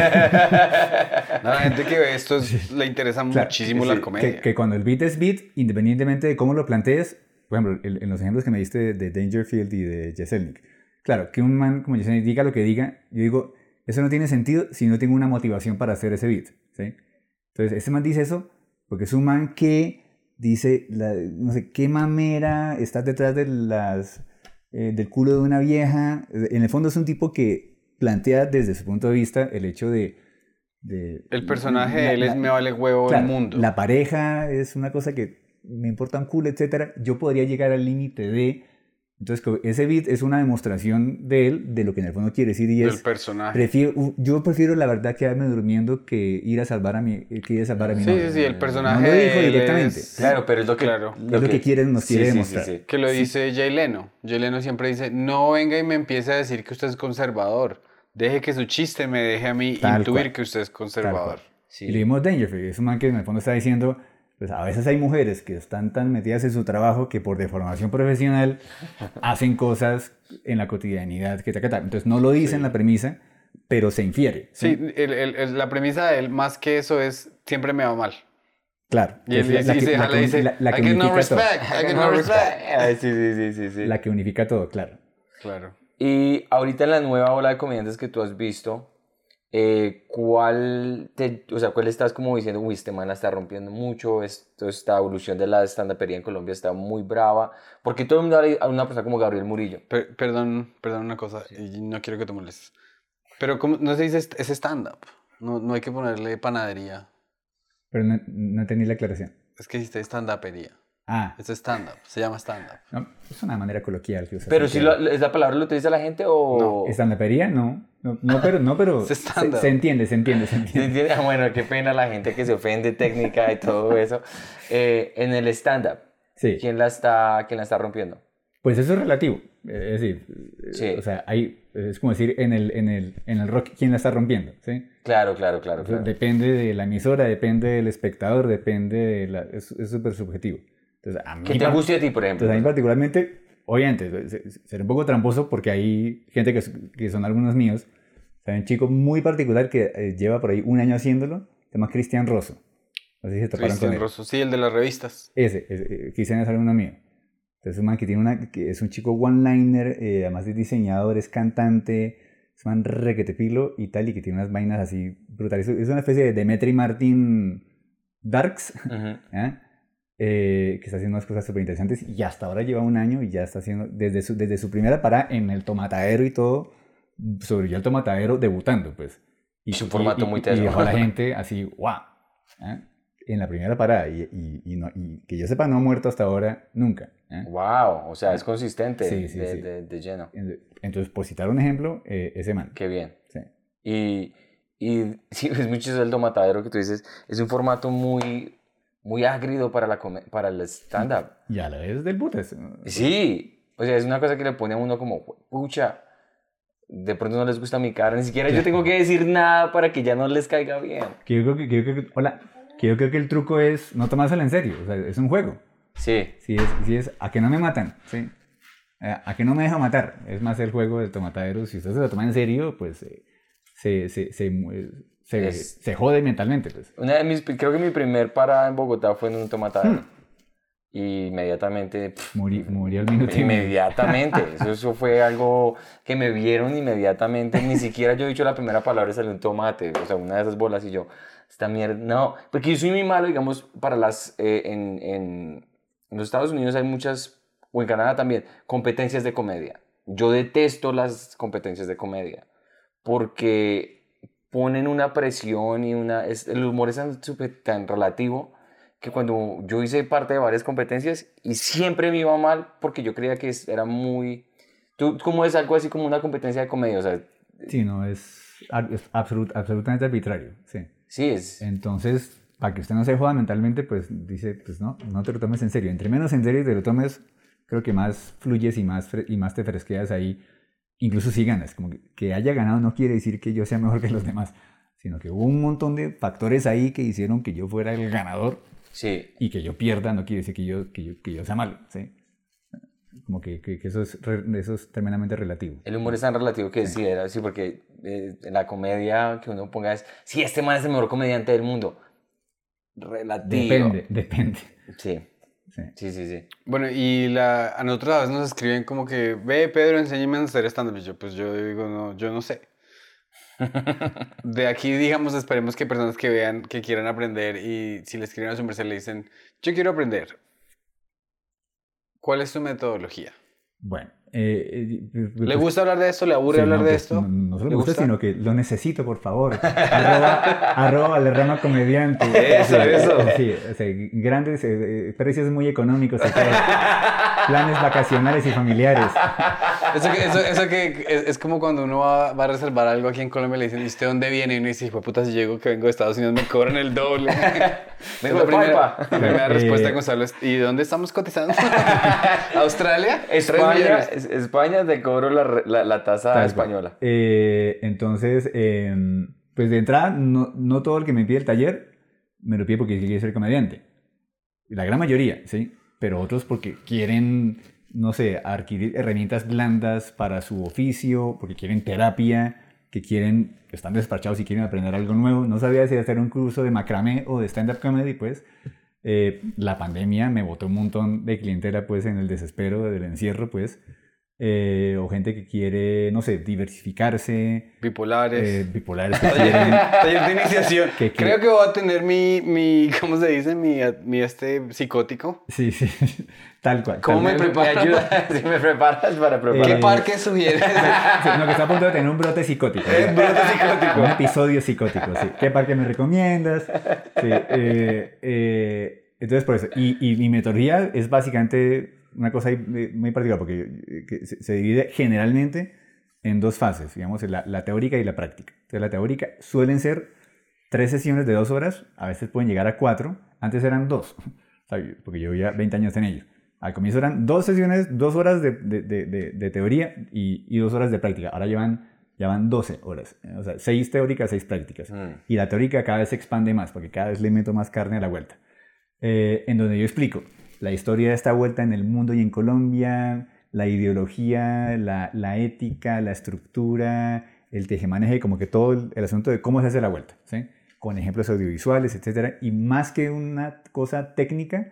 la gente que ve esto es- le interesa Claro, muchísimo sí, la que- comedia. Que, que cuando el beat es beat, independientemente de cómo lo plantees, por ejemplo, el- en los ejemplos que me diste de, de Dangerfield y de Jeselnik, claro, que un man como Jeselnik diga lo que diga, yo digo, eso no tiene sentido si no tengo una motivación para hacer ese beat, ¿sí? Entonces, este man dice eso porque es un man que dice, la- no sé, qué mamera, estás detrás de las, eh, del culo de una vieja. En el fondo es un tipo que plantea desde su punto de vista el hecho de... de El personaje de la- él es la- me vale huevo Claro, el mundo. la pareja es una cosa que me importa un culo, etcétera. Yo podría llegar al límite de... Entonces, co- ese beat es una demostración de él, de lo que en el fondo quiere decir y del es... personaje. Prefiero, u- yo prefiero, la verdad, quedarme durmiendo que ir a salvar a mi, que ir a salvar a mi Sí, novia. sí, sí, el personaje No lo dijo de él directamente. es- Claro, pero es lo que... Claro. Es lo que quiere- nos quiere demostrar. Que lo dice Jay Leno. Jay Leno siempre dice, no venga y me empiece a decir que usted es conservador. Deje que su chiste me deje a mí Tal intuir cual. que usted es Tal conservador. cual. Sí. Y le dimos Dangerfield, es un man que en el fondo está diciendo, pues a veces hay mujeres que están tan metidas en su trabajo que por deformación profesional hacen cosas en la cotidianidad que tal, que tal. Entonces no lo dice en la premisa, pero se infiere. Sí, el- el- el- la premisa de él, más que eso, es siempre me va mal. Claro. Y él es la- la dice, que- la jala que- y dice, la- la que I get no unifica todo. respect, I get no respect. Ah, sí, sí, sí, sí, sí. La que unifica todo, claro. Claro. Y ahorita en la nueva ola de comediantes que tú has visto, eh, ¿cuál, te, o sea, cuál estás como diciendo, uy, este man la está rompiendo mucho, esto, esta evolución de la stand-upería en Colombia está muy brava? Porque todo el mundo habla a una persona como Gabriel Murillo. Per- perdón, perdón una cosa, y no quiero que te molestes. Pero ¿cómo, no se dice est- es stand-up? No, no hay que ponerle panadería. Pero no, no entendí la aclaración. Es que dijiste stand-upería. Ah, Es stand-up, se llama stand-up. no, es una manera coloquial que usa. Pero si lo, esa palabra lo utiliza la gente o... ¿Estandapería? No. No, no, pero, no, pero Es se, stand-up. se entiende, se entiende, se ¿Sí entiende. entiende? Ah, bueno, qué pena la gente que se ofende técnica y todo eso. Eh, en el stand-up, Sí. ¿quién la está, quién la está rompiendo? Pues eso es relativo. Eh, Es decir, eh, Sí. o sea, hay, es como decir, en el, en, el, en el rock, ¿quién la está rompiendo? ¿Sí? Claro, claro, claro, O sea, claro. depende de la emisora, depende del espectador, depende de la... Es es súper subjetivo. Entonces, a mí, ¿Qué te par- guste a ti, por ejemplo? entonces, a mí particularmente, obviamente, se- se- seré un poco tramposo porque hay gente que, s- que son algunos míos. O sea, hay un chico muy particular que eh, lleva por ahí un año haciéndolo, se llama Cristian Rosso. No sé si se toparon con Cristian él. Rosso, sí, el de las revistas. Ese, ese, eh, Cristian es alumno mío. Entonces, un man que tiene una, que es un chico one-liner, eh, además es diseñador, es cantante, es un man requetepilo y tal, y que tiene unas vainas así brutales. Es una especie de Demetri Martin Darks, Ujú. ¿eh? Eh, que está haciendo unas cosas súper interesantes y hasta ahora lleva un año y ya está haciendo, desde su, desde su primera parada en el tomatadero y todo, sobrevivió el tomatadero debutando, pues. Y Es un formato y- muy y- teso. Y dejó a la gente así, ¡guau! ¿eh? en la primera parada y, y, y, no, y que yo sepa no ha muerto hasta ahora nunca. ¿eh? Wow, o sea, es consistente sí, sí, de, sí. De, de lleno. Entonces, por citar un ejemplo, eh, ese man. Qué bien. Sí. Y, y sí, es muy chistoso el tomatadero que tú dices. Es un formato muy, muy agrido para, la come- para el stand-up. Y a la vez del putas. Sí, o sea, es una cosa que le pone a uno como, pucha, de pronto no les gusta mi cara, ni siquiera yo tengo que decir nada para que ya no les caiga bien. Que yo creo que, que, yo creo que hola, que yo creo que el truco es no tomárselo en serio, o sea, es un juego. Sí. Sí es, sí es a que no me matan, sí. A, a que no me deja matar, es más el juego del tomatadero. Si usted se lo toma en serio, pues eh, se, se, se, se, Es- se jode mentalmente, pues. Una de mis, creo que mi primer parada en Bogotá fue en un tomatadero. Y inmediatamente... pff, Muri, murió al minuto y medio. Inmediatamente. Eso, eso fue algo que me vieron inmediatamente. Ni siquiera yo he dicho la primera palabra y salió un tomate. O sea, una de esas bolas y yo, esta mierda. No, porque yo soy muy malo, digamos, para las... eh, en, en, en los Estados Unidos hay muchas, o en Canadá también, competencias de comedia. Yo detesto las competencias de comedia. Porque ponen una presión y una... Es, el humor es tan, súper- tan relativo que cuando yo hice parte de varias competencias y siempre me iba mal porque yo creía que es- era muy... ¿Tú cómo es algo así como una competencia de comedia? O sea, Sí, no, es, ar- es absolut, absolutamente arbitrario, sí. sí es... Entonces, para que usted no se joda mentalmente, pues dice, pues no, no te lo tomes en serio. Entre menos en serio te lo tomes, creo que más fluyes y más, fre- y más te fresqueas ahí. Incluso si ganas, como que, que haya ganado no quiere decir que yo sea mejor que los demás, sino que hubo un montón de factores ahí que hicieron que yo fuera el ganador Sí, y que yo pierda no quiere decir que yo, que yo, que yo sea malo, ¿sí? Como que, que, que eso, es re- eso es tremendamente relativo. el humor es tan relativo que sí, era así porque eh, la comedia que uno ponga es, sí, este man es el mejor comediante del mundo. Relativo. Depende, depende. Sí, Sí. sí, sí, sí. Bueno, y la, a nosotros a veces nos escriben como que, ve, Pedro, enséñame a hacer stand-up. Y yo, pues yo digo, no, yo no sé. De aquí, digamos, esperemos que personas que vean, que quieran aprender y si le escriben a su merced le dicen, yo quiero aprender. ¿Cuál es tu metodología? Bueno. Eh, eh, pues, ¿Le gusta hablar de esto? ¿Le aburre sí, hablar no, de pues, esto? No, no solo ¿Le me gusta, gusta? sino que lo necesito, por favor. Arroba, arroba Valderrama Comediante. Eso, Sí, eso. Sí, o sea, grandes eh, precios muy económicos y todo. Planes vacacionales y familiares. Eso, que, eso, eso que es, es como cuando uno va, va a reservar algo aquí en Colombia y le dicen, ¿y usted dónde viene? Y uno dice, hijo de puta, si llego que vengo de Estados Unidos me cobran el doble. Vengo Es de la primera, Paipa. la primera Eh, respuesta de Gonzalo es, ¿y dónde estamos cotizando? ¿Australia? Tres España, millones. es- España te cobro la, re- la, la tasa Tal cual. española. Eh, entonces, eh, pues de entrada, no, no todo el que me pide el taller me lo pide porque quiere ser comediante. La gran mayoría, ¿sí? Pero otros porque quieren, no sé, adquirir herramientas blandas para su oficio, porque quieren terapia, que quieren, están despachados y quieren aprender algo nuevo. No sabía si hacer un curso de macramé o de stand-up comedy, pues. Eh, la pandemia me botó un montón de clientela, pues, en el desespero del encierro, pues. Eh, o gente que quiere, no sé, diversificarse. Bipolares. Eh, bipolares que Taller, quieren... taller de iniciación. Que- que- Creo que voy a tener mi, mi ¿cómo se dice? Mi, mi este psicótico. Sí, sí, tal cual. ¿Cómo tal me cual. preparo? ayuda, si me preparas para preparar. ¿Qué Eh, parque sugieres? Sí, no, que está a punto de tener un brote psicótico. Eh, ¿no? brote psicótico. Un episodio psicótico, sí. ¿Qué parque me recomiendas? Sí, eh, eh, entonces, por eso. Y, y mi metodología es básicamente una cosa ahí muy muy particular, porque eh, que se, se divide generalmente en dos fases, digamos, la, la teórica y la práctica. Entonces, la teórica suelen ser tres sesiones de dos horas, a veces pueden llegar a cuatro, antes eran dos, o sea, porque yo ya veinte años en ello. Al comienzo eran dos sesiones, dos horas de, de, de, de, de teoría y, y dos horas de práctica. Ahora llevan, llevan doce horas, o sea, seis teóricas, seis prácticas. Mm. Y la teórica cada vez se expande más, porque cada vez le meto más carne a la vuelta. Eh, en donde yo explico la historia de esta vuelta en el mundo y en Colombia, la ideología, la, la ética, la estructura, el tejemaneje, como que todo el, el asunto de cómo se hace la vuelta, ¿sí? Con ejemplos audiovisuales, etcétera. Y más que una cosa técnica,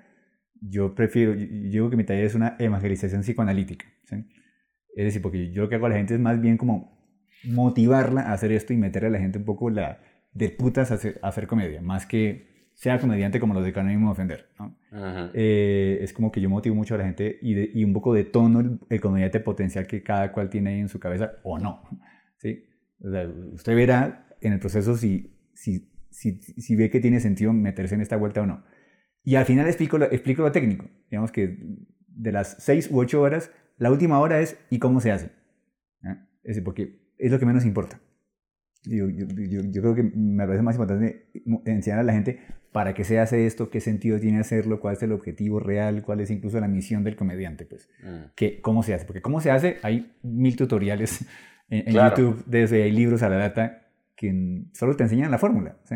yo prefiero, yo yo digo que mi taller es una evangelización psicoanalítica, ¿sí? Es decir, porque yo lo que hago a la gente es más bien como motivarla a hacer esto y meterle a la gente un poco la de putas a hacer, a hacer comedia, más que sea comediante como los de Canónimo Ofender, ¿no? Ujú. Eh, es como que yo motivo mucho a la gente y, de, y un poco detono el, el comediante potencial que cada cual tiene ahí en su cabeza o no, ¿sí? O sea, usted verá en el proceso si, si, si, si ve que tiene sentido meterse en esta vuelta o no. Y al final explico lo, explico lo técnico. Digamos que de las seis u ocho horas, la última hora es ¿y cómo se hace? ¿Eh? Es decir, porque es lo que menos importa. Yo, yo, yo, yo creo que me parece más importante enseñar a la gente para qué se hace esto, qué sentido tiene hacerlo, cuál es el objetivo real, cuál es incluso la misión del comediante, pues, mm. que, cómo se hace. Porque cómo se hace, hay mil tutoriales en, en claro. YouTube, desde hay libros a la data que solo te enseñan la fórmula, ¿sí?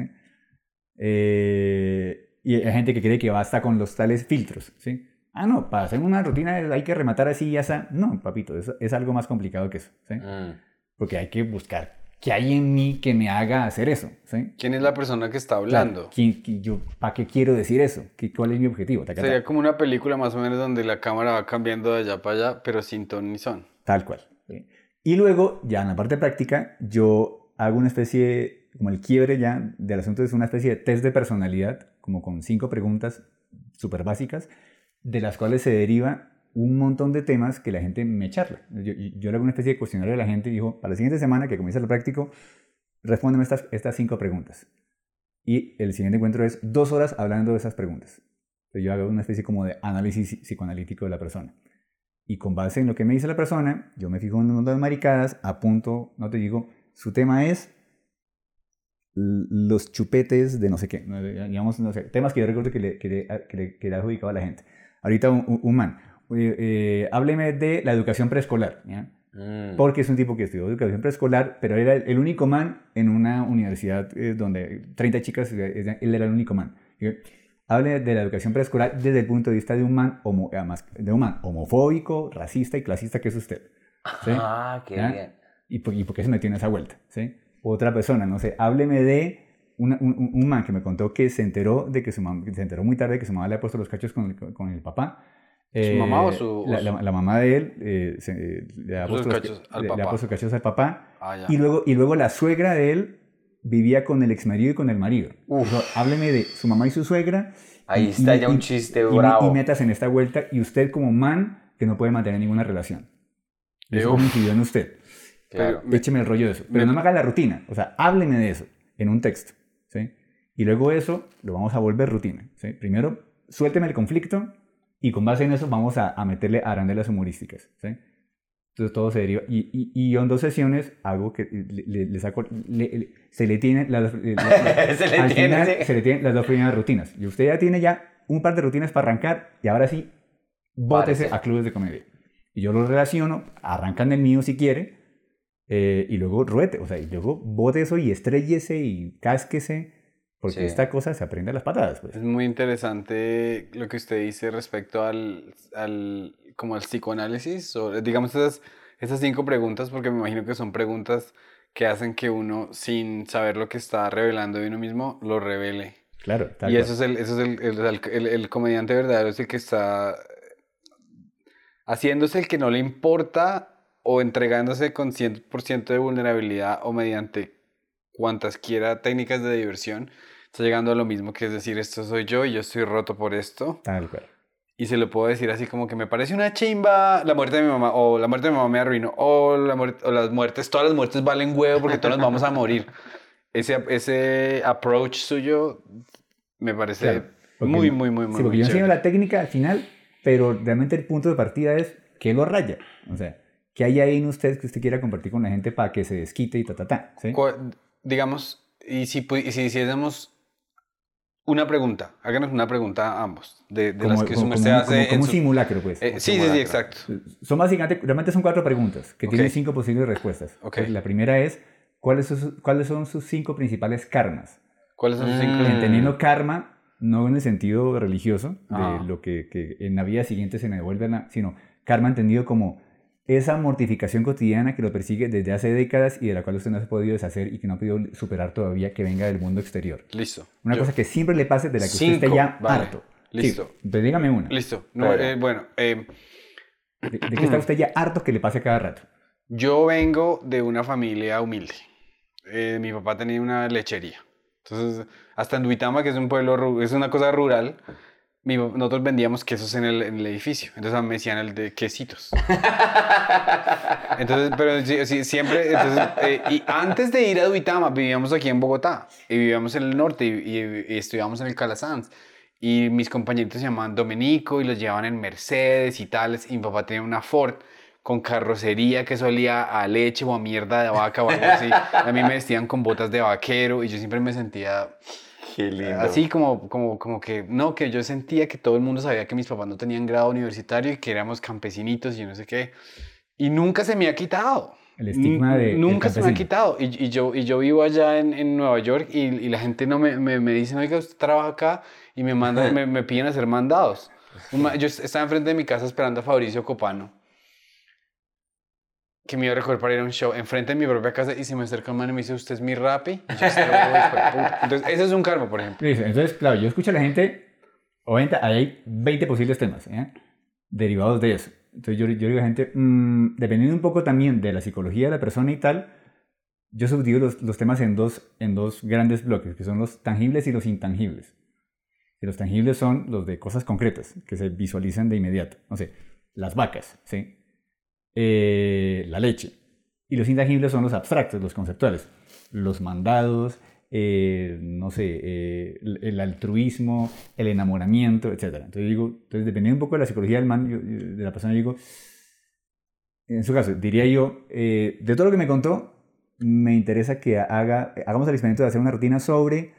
Eh, y hay gente que cree que basta con los tales filtros, ¿sí? Ah, no, para hacer una rutina hay que rematar así y ya está. No, papito, eso es algo más complicado que eso, ¿sí? Mm. Porque hay que buscar qué hay en mí que me haga hacer eso, ¿sí? ¿Quién es la persona que está hablando? Claro, ¿quién, quién, yo, ¿para qué quiero decir eso? ¿Qué, ¿Cuál es mi objetivo? Taca, Sería taca. Como una película más o menos donde la cámara va cambiando de allá para allá, pero sin ton ni son. Tal cual. ¿Sí? Y luego, ya en la parte práctica, yo hago una especie, como el quiebre ya del asunto, es una especie de test de personalidad, como con cinco preguntas súper básicas, de las cuales se deriva un montón de temas que la gente me charla. Yo, yo le hago una especie de cuestionario a la gente y digo, para la siguiente semana que comienza lo práctico, respóndeme estas, estas cinco preguntas. Y el siguiente encuentro es dos horas hablando de esas preguntas. Entonces yo hago una especie como de análisis psicoanalítico de la persona. Y con base en lo que me dice la persona, yo me fijo en un montón de maricadas, apunto, no te digo, su tema es los chupetes de no sé qué, digamos, no sé, temas que yo recuerdo que le, que le, que le, que le ha adjudicado a la gente. Ahorita un, un, un man, eh, eh, hábleme de la educación preescolar, ¿ya? Mm. Porque es un tipo que estudió educación preescolar, pero era el único man en una universidad eh, donde treinta chicas, él era el único man. Hable de la educación preescolar desde el punto de vista de un man, homo, de un man homofóbico, racista y clasista que es usted, ¿sí? Ah, qué ¿Ya? bien. ¿Y por, ¿Y por qué se metió en esa vuelta? ¿Sí? Otra persona, no sé, hábleme de una, un, un man que me contó que se enteró de que su mamá, se enteró muy tarde de que su mamá le ha puesto los cachos con el, con el papá. ¿Su eh, mamá o su...? La, la, la mamá de él eh, se, le, ha puesto los cachos al le, papá. le ha puesto cachos al papá. Ah, y, luego, y luego la suegra de él vivía con el exmarido y con el marido. Entonces, hábleme de su mamá y su suegra. Ahí y, está y, ya y, un chiste y, bravo. Y, y metas en esta vuelta y usted como man que no puede mantener ninguna relación. Eso me incidió en usted. Claro. Pero, écheme el rollo de eso. Pero me, no me haga la rutina. O sea, hábleme de eso en un texto, ¿sí? Y luego eso lo vamos a volver rutina, ¿sí? Primero, suélteme el conflicto y con base en eso vamos a, a meterle arandelas humorísticas, ¿sí? Entonces todo se deriva. Y, y, y yo en dos sesiones hago que le, le, le saco... Le, le, se le tiene... Las, le, se le al tiene, final sí. se le tienen las dos primeras rutinas. Y usted ya tiene ya un par de rutinas para arrancar y ahora sí, bótese a clubes de comedia. Y yo lo relaciono, arrancan el mío si quiere, eh, y luego ruete, o sea, y luego bote eso y estréllese y cásquese, porque sí. Esta cosa se aprende a las patadas. Pues. Es muy interesante lo que usted dice respecto al, al, como al psicoanálisis, o digamos esas, esas cinco preguntas, porque me imagino que son preguntas que hacen que uno, sin saber lo que está revelando de uno mismo, lo revele. Claro. Tal y cual. eso es, el, eso es el, el, el, el comediante verdadero, es el que está haciéndose el que no le importa o entregándose con cien por ciento de vulnerabilidad o mediante cuantas quiera técnicas de diversión, está llegando a lo mismo, que es decir, esto soy yo y yo estoy roto por esto. Tal cual. Y se lo puedo decir así como que me parece una chimba la muerte de mi mamá, o la muerte de mi mamá me arruinó, o, la muerte, o las muertes, todas las muertes valen huevo porque todos nos vamos a morir. Ese, ese approach suyo me parece claro, muy, muy, muy, muy, sí, porque muy yo chévere. enseño la técnica al final, pero realmente el punto de partida es que lo raya. O sea, ¿qué hay ahí en usted que usted quiera compartir con la gente para que se desquite y ta, ta, ta? ¿Sí? Digamos, y si, y si hiciéramos una pregunta, háganos una pregunta a ambos, de, de como, las que como, su merced hace. Como, como en un su... simulacro, pues. Eh, sí, sí, sí, exacto. Son básicamente, realmente son cuatro preguntas que okay. tienen cinco posibles respuestas. Okay. La primera es, ¿cuáles son, ¿cuáles son sus cinco principales karmas? ¿Cuáles son sus cinco? Entendiendo karma, no en el sentido religioso, Ah. de lo que, que en la vida siguiente se me devuelve, la, sino karma entendido como esa mortificación cotidiana que lo persigue desde hace décadas y de la cual usted no se ha podido deshacer y que no ha podido superar todavía, que venga del mundo exterior. Listo. Una Yo. cosa que siempre le pase, de la que Cinco. usted esté ya Vale. harto. Listo. Sí, entonces dígame una. Listo. No, eh, bueno, eh, ¿De, ¿De qué está usted ya harto que le pase cada rato? yo vengo de una familia humilde. Eh, mi papá tenía una lechería. Entonces, hasta en Duitama, que es un pueblo, ru- es una cosa rural, mi- nosotros vendíamos quesos en el, en el edificio, entonces me decían el de quesitos. Entonces, pero sí, sí, siempre, entonces, eh, y antes de ir a Duitama, vivíamos aquí en Bogotá, y vivíamos en el norte, y, y- y estudiábamos en el Calasanz, y mis compañeritos se llamaban Domenico, y los llevaban en Mercedes y tales, y mi papá tenía una Ford con carrocería que solía a leche o a mierda de vaca o algo así. A mí me vestían con botas de vaquero, y yo siempre me sentía Qué lindo. así como, como, como que, no, que yo sentía que todo el mundo sabía que mis papás no tenían grado universitario y que éramos campesinitos y yo no sé qué. Y nunca se me ha quitado. El estigma N- de el Nunca se me ha campesino. quitado. Y, y yo, y yo vivo allá en, en Nueva York y, y la gente no me, me, me dice, oiga, usted trabaja acá y me, manda, me, me piden hacer mandados. Un ma- Yo estaba enfrente de mi casa esperando a Fabricio Copano, que me iba a recoger para ir a un show enfrente de mi propia casa y se me acerca un man y me dice, ¿usted es mi rapi? Y yo, "Este huevo, hijo de puta". Entonces, ese es un karma, por ejemplo. Listo, entonces, claro, yo escucho a la gente, obviamente ahí hay veinte posibles temas, ¿eh? Derivados de eso. Entonces yo, yo digo a la gente, mmm, dependiendo un poco también de la psicología de la persona y tal, yo subdivido los, los temas en dos, en dos grandes bloques, que son los tangibles y los intangibles. Y los tangibles son los de cosas concretas, que se visualizan de inmediato. No sé, las vacas, ¿sí? Eh, la leche. Y los intangibles son los abstractos, los conceptuales. Los mandados, eh, no sé, eh, el, el altruismo, el enamoramiento, etcétera. Entonces digo, entonces dependiendo un poco de la psicología del man, yo- yo- de la persona, yo digo, en su caso, diría yo, eh, de todo lo que me contó, me interesa que haga, hagamos el experimento de hacer una rutina sobre,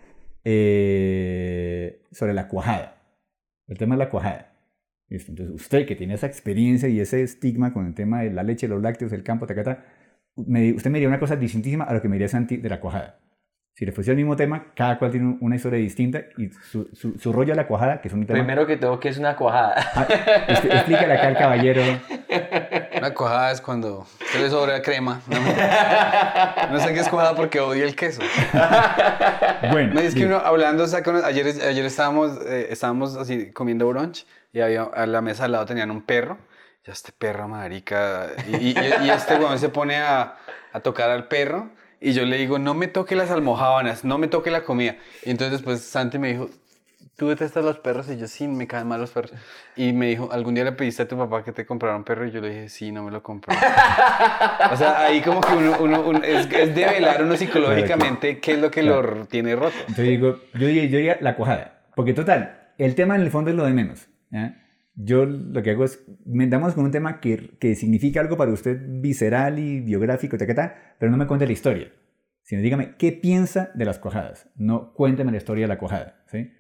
eh, sobre la cuajada. El tema es la cuajada. Listo. Entonces, usted que tiene esa experiencia y ese estigma con el tema de la leche, los lácteos, el campo, tacata, me, usted me diría una cosa distintísima a lo que me diría Santi de la cuajada. Si le fuese el mismo tema, cada cual tiene una historia distinta y su, su, su rollo de la cuajada, que es un tema... Primero que todo, ¿qué es una cuajada? Ah, expl- explícale acá al caballero. Una cuajada es cuando se le sobra crema. No, no sé qué es cuajada porque odio el queso. Bueno, No, y es que listo. uno hablando, o sea, con- ayer, ayer estábamos, eh, estábamos así comiendo brunch y había, a la mesa al lado tenían un perro. Ya este perro, marica. Y, y, y este weón se pone a, a tocar al perro y yo le digo, no me toque las almojábanas, no me toque la comida. Y entonces después Santi me dijo, ¿tú detestas los perros? Y yo, sí, me caen mal los perros. Y me dijo, ¿algún día le pediste a tu papá que te comprara un perro? Y yo le dije, sí, no me lo compró. O sea, ahí como que uno, uno, uno- es, es develar uno psicológicamente qué es lo que Claro. lo tiene roto. Entonces digo, yo diría, yo diría la cuajada. Porque total, el tema en el fondo es lo de menos. ¿ya? Yo lo que hago es, me damos con un tema que, que significa algo para usted visceral y biográfico, taqueta, pero no me cuente la historia. Sino dígame, ¿qué piensa de las cuajadas? No cuénteme la historia de la cuajada. ¿sí?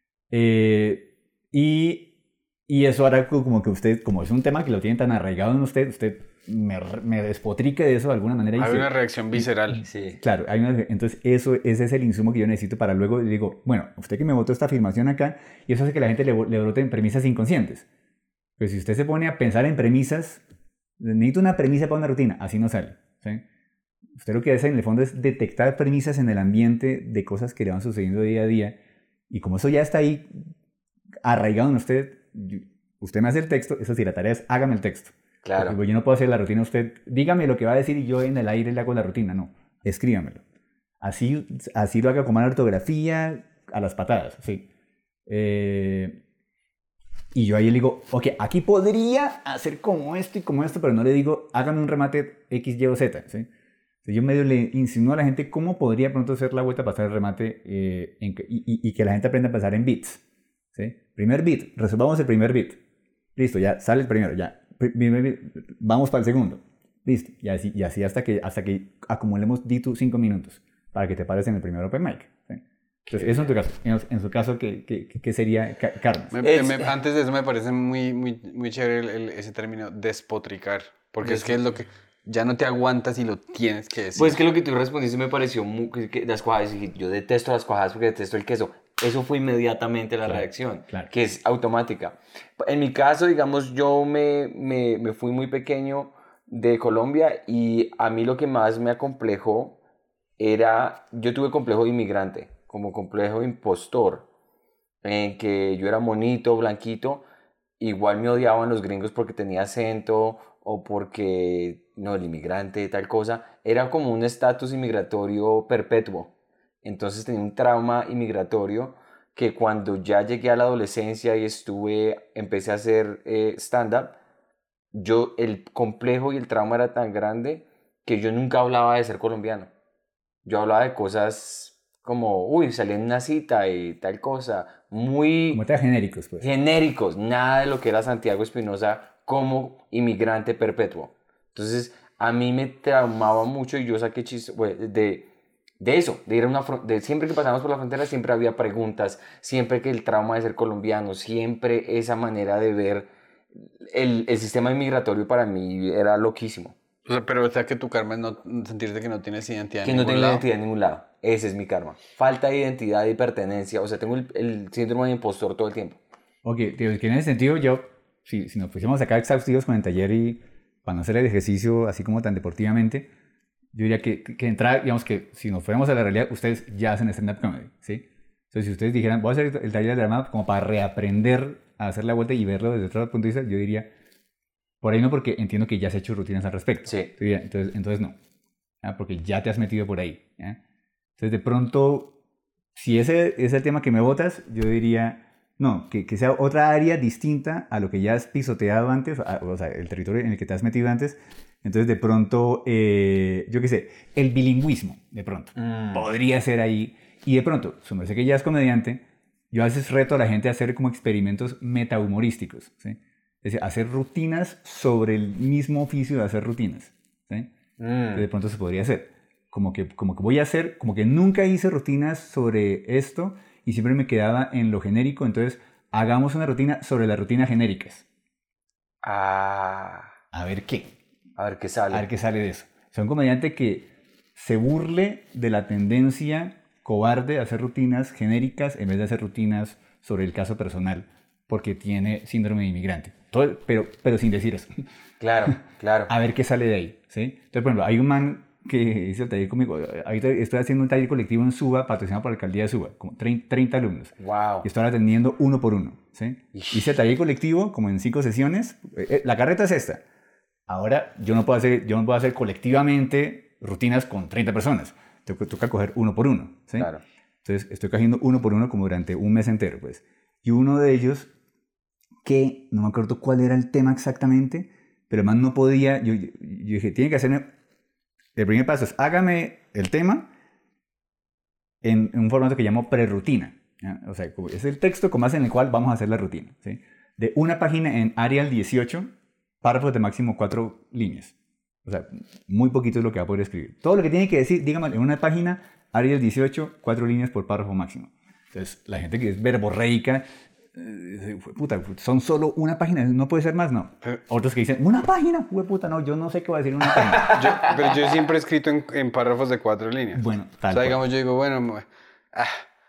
Eh, y, y eso hará como que usted, como es un tema que lo tiene tan arraigado en usted, usted me, me despotrique de eso de alguna manera. Y Hay se- una reacción visceral. Sí. Claro, hay una, entonces eso, ese es el insumo que yo necesito para luego digo, bueno, usted que me votó esta afirmación acá, y eso hace que la gente le, le broten premisas inconscientes. Pero si usted se pone a pensar en premisas, necesito una premisa para una rutina, así no sale. ¿sí? Usted lo que hace en el fondo es detectar premisas en el ambiente de cosas que le van sucediendo día a día, y como eso ya está ahí arraigado en usted, yo- usted me hace el texto, eso sí, la tarea es hágame el texto. Claro. Porque yo no puedo hacer la rutina, usted dígame lo que va a decir y yo en el aire le hago la rutina, no, escríbamelo. Así, así lo haga con mala ortografía, a las patadas, sí. Eh, y yo ahí le digo, ok, aquí podría hacer como esto y como esto, pero no le digo, hágame un remate X, Y o Z, ¿sí? Entonces yo medio le insinúo a la gente cómo podría pronto hacer la vuelta para hacer el remate eh, en que- y, y- y que la gente aprenda a pensar en bits, ¿sí? Primer bit, resolvamos el primer bit. Listo, ya sale el primero, ya. Primer bit, vamos para el segundo. Listo, y así, y así hasta, que, hasta que acumulemos di tus cinco minutos para que te pares en el primer open mic. ¿sí? Entonces, eso en tu caso. En, en su caso, ¿qué, qué, qué sería Ca- Carlos? Me- Es- me- antes de eso me parece muy, muy, muy chévere el- el- ese término despotricar. Porque es que es lo que ya no te aguantas y lo tienes que decir. Pues que lo que tú respondiste me pareció muy, que- que las cuajadas, y yo detesto las cuajadas porque detesto el queso. Eso fue inmediatamente la Claro, reacción, claro. que es automática. En mi caso, digamos, yo me, me, me fui muy pequeño de Colombia y a mí lo que más me acomplejó era, yo tuve complejo de inmigrante, como complejo de impostor, en que yo era monito, blanquito, igual me odiaban los gringos porque tenía acento o porque, no, el inmigrante, tal cosa, era como un estatus inmigratorio perpetuo. Entonces tenía un trauma inmigratorio que cuando ya llegué a la adolescencia y estuve, empecé a hacer eh, stand-up, yo, el complejo y el trauma era tan grande que yo nunca hablaba de ser colombiano. Yo hablaba de cosas como, uy, salí en una cita y tal cosa, muy... Como temas genéricos, pues. Genéricos, nada de lo que era Santiago Espinosa como inmigrante perpetuo. Entonces, a mí me traumaba mucho y yo saqué chiste de, de eso, de ir a una de siempre que pasábamos por la frontera siempre había preguntas, siempre que el trauma de ser colombiano, siempre esa manera de ver el, el sistema inmigratorio para mí era loquísimo. O sea, pero o sea que tu karma es no sentirte que no tienes identidad que en no ningún tengo lado. identidad en ningún lado. Ese es mi karma. Falta de identidad y pertenencia. O sea, tengo el, el síndrome de impostor todo el tiempo. Ok, que en ese sentido yo, si, si nos pusiéramos acá exhaustivos con el taller y para no hacer el ejercicio así como tan deportivamente, yo diría que, que entrar, digamos que si nos fuéramos a la realidad, ustedes ya hacen stand-up comedy, ¿sí? Entonces, si ustedes dijeran, voy a hacer el taller de drama como para reaprender a hacer la vuelta y verlo desde otro punto de vista, yo diría, por ahí no, porque entiendo que ya has hecho rutinas al respecto. Sí. Entonces, entonces no, ¿ya? Porque ya te has metido por ahí, ¿ya? Entonces, de pronto, si ese es el tema que me botas, yo diría... No, que, que sea otra área distinta a lo que ya has pisoteado antes, a, o sea, el territorio en el que te has metido antes. Entonces, de pronto, eh, yo qué sé, el bilingüismo, de pronto, mm. podría ser ahí. Y de pronto, su merced que ya es comediante, yo a veces reto a la gente a hacer como experimentos metahumorísticos, ¿sí? Es decir, hacer rutinas sobre el mismo oficio de hacer rutinas, ¿sí? Mm. Que de pronto se podría hacer. Como que, como que voy a hacer, como que nunca hice rutinas sobre esto, y siempre me quedaba en lo genérico, entonces hagamos una rutina sobre las rutinas genéricas. Ah. A ver qué. A ver qué sale. A ver qué sale de eso. O sea, un comediante que se burle de la tendencia cobarde de hacer rutinas genéricas en vez de hacer rutinas sobre el caso personal, porque tiene síndrome de inmigrante. Todo, pero, pero sin decir eso. Claro, claro. A ver qué sale de ahí, ¿sí? Entonces, por ejemplo, hay un man que hizo el taller conmigo. Ahorita estoy haciendo un taller colectivo en Suba, patrocinado por la alcaldía de Suba, como treinta alumnos. Wow. Y estoy atendiendo uno por uno, ¿sí? Hice el taller colectivo como en cinco sesiones. La carreta es esta. Ahora yo no puedo hacer, yo no puedo hacer colectivamente rutinas con treinta personas. Tengo, toca coger uno por uno, ¿sí? Claro. Entonces estoy cogiendo uno por uno como durante un mes entero, pues. Y uno de ellos, que no me acuerdo cuál era el tema exactamente, pero además no podía, yo, yo, yo dije, tiene que hacerme... El primer paso es, hágame el tema en, en un formato que llamo prerutina. ¿Ya? O sea, es el texto con base en el cual vamos a hacer la rutina, ¿sí? De una página en Arial dieciocho, párrafos de máximo cuatro líneas. O sea, muy poquito es lo que va a poder escribir. Todo lo que tiene que decir, dígame, en una página, Arial dieciocho, cuatro líneas por párrafo máximo. Entonces, la gente que es verborreica, eh, puta, son solo una página, no puede ser más, no. Otros que dicen, una página, puta, no, yo no sé qué va a decir una página. yo, pero yo siempre he escrito en, en párrafos de cuatro líneas. Bueno, tal O sea, digamos, yo digo, bueno, ah,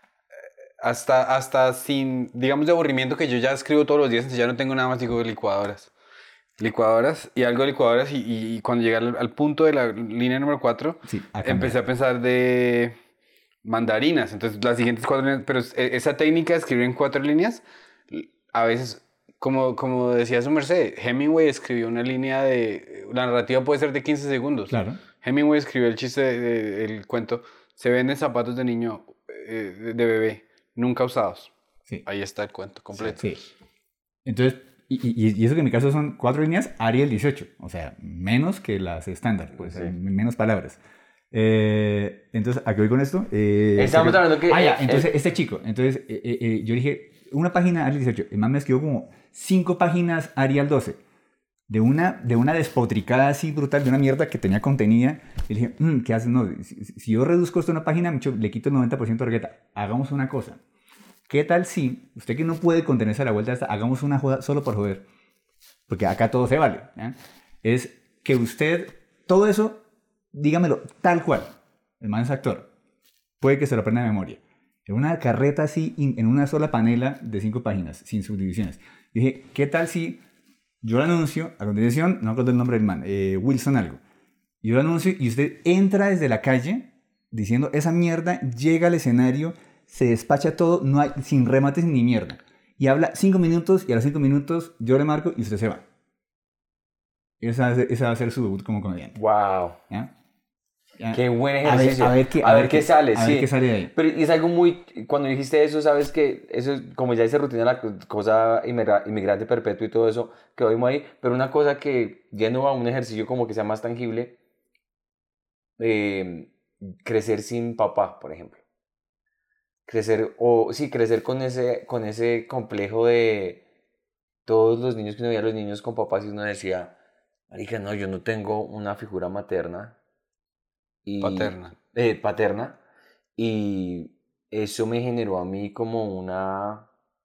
hasta, hasta sin, digamos, de aburrimiento que yo ya escribo todos los días, entonces ya no tengo nada más, digo, licuadoras. Licuadoras y algo de licuadoras y, y, y cuando llegué al, al punto de la línea número cuatro, sí, empecé a pensar de mandarinas. Entonces, las siguientes cuatro líneas, pero esa técnica de escribir en cuatro líneas, a veces, como, como decía su merced, Hemingway escribió una línea de, la narrativa puede ser de quince segundos. Claro. Hemingway escribió el chiste, de, de, el cuento, se venden zapatos de niño, eh, de bebé, nunca usados. Sí. Ahí está el cuento completo. Sí. sí. Entonces, y, y, y eso que en mi caso son cuatro líneas, Arial dieciocho, o sea, menos que las estándar, pues, sí. menos palabras. Eh, entonces, ¿a qué voy con esto? Eh, Estamos pero, hablando que... Ah, ya, entonces, este chico, entonces, eh, eh, eh, yo dije, una página Arial dieciocho, el man me escribió como cinco páginas Arial doce, de una, de una despotricada así brutal, de una mierda que tenía contenida, y le dije, mmm, ¿qué haces? No, si, si yo reduzco esto a una página, le quito el noventa por ciento de regueta, hagamos una cosa. ¿Qué tal si, usted que no puede contenerse a la vuelta de esta, hagamos una joda solo por joder? Porque acá todo se vale, ¿eh? Es que usted, todo eso, dígamelo tal cual. El man es actor. Puede que se lo aprenda de memoria. En una carreta así, en una sola panela de cinco páginas, sin subdivisiones. Y dije, ¿qué tal si yo lo anuncio, a continuación, no acuerdo el nombre del man, eh, Wilson algo. Yo lo anuncio y usted entra desde la calle diciendo, esa mierda llega al escenario, se despacha todo, no hay, sin remates ni mierda. Y habla cinco minutos y a los cinco minutos yo le marco y usted se va. Esa, esa va a ser su debut como comediante. Wow. ¿Ya? Qué buen A ver- ejercicio. a ver qué- a a ver ver qué qué- sale, a ver sí. qué sale de ahí. Pero y es algo muy, cuando dijiste eso, sabes que eso es como ya dice rutina, la co- cosa inmigra- inmigrante perpetuo y todo eso, quedó mismo ahí, pero una cosa que, yendo a un ejercicio como que sea más tangible, eh, crecer sin papá, por ejemplo. Crecer, o sí, crecer con ese, con ese complejo de todos los niños que uno veía, los niños con papás, y uno decía, marica, no, yo no tengo una figura materna y Paterna. eh, paterna, y eso me generó a mí como una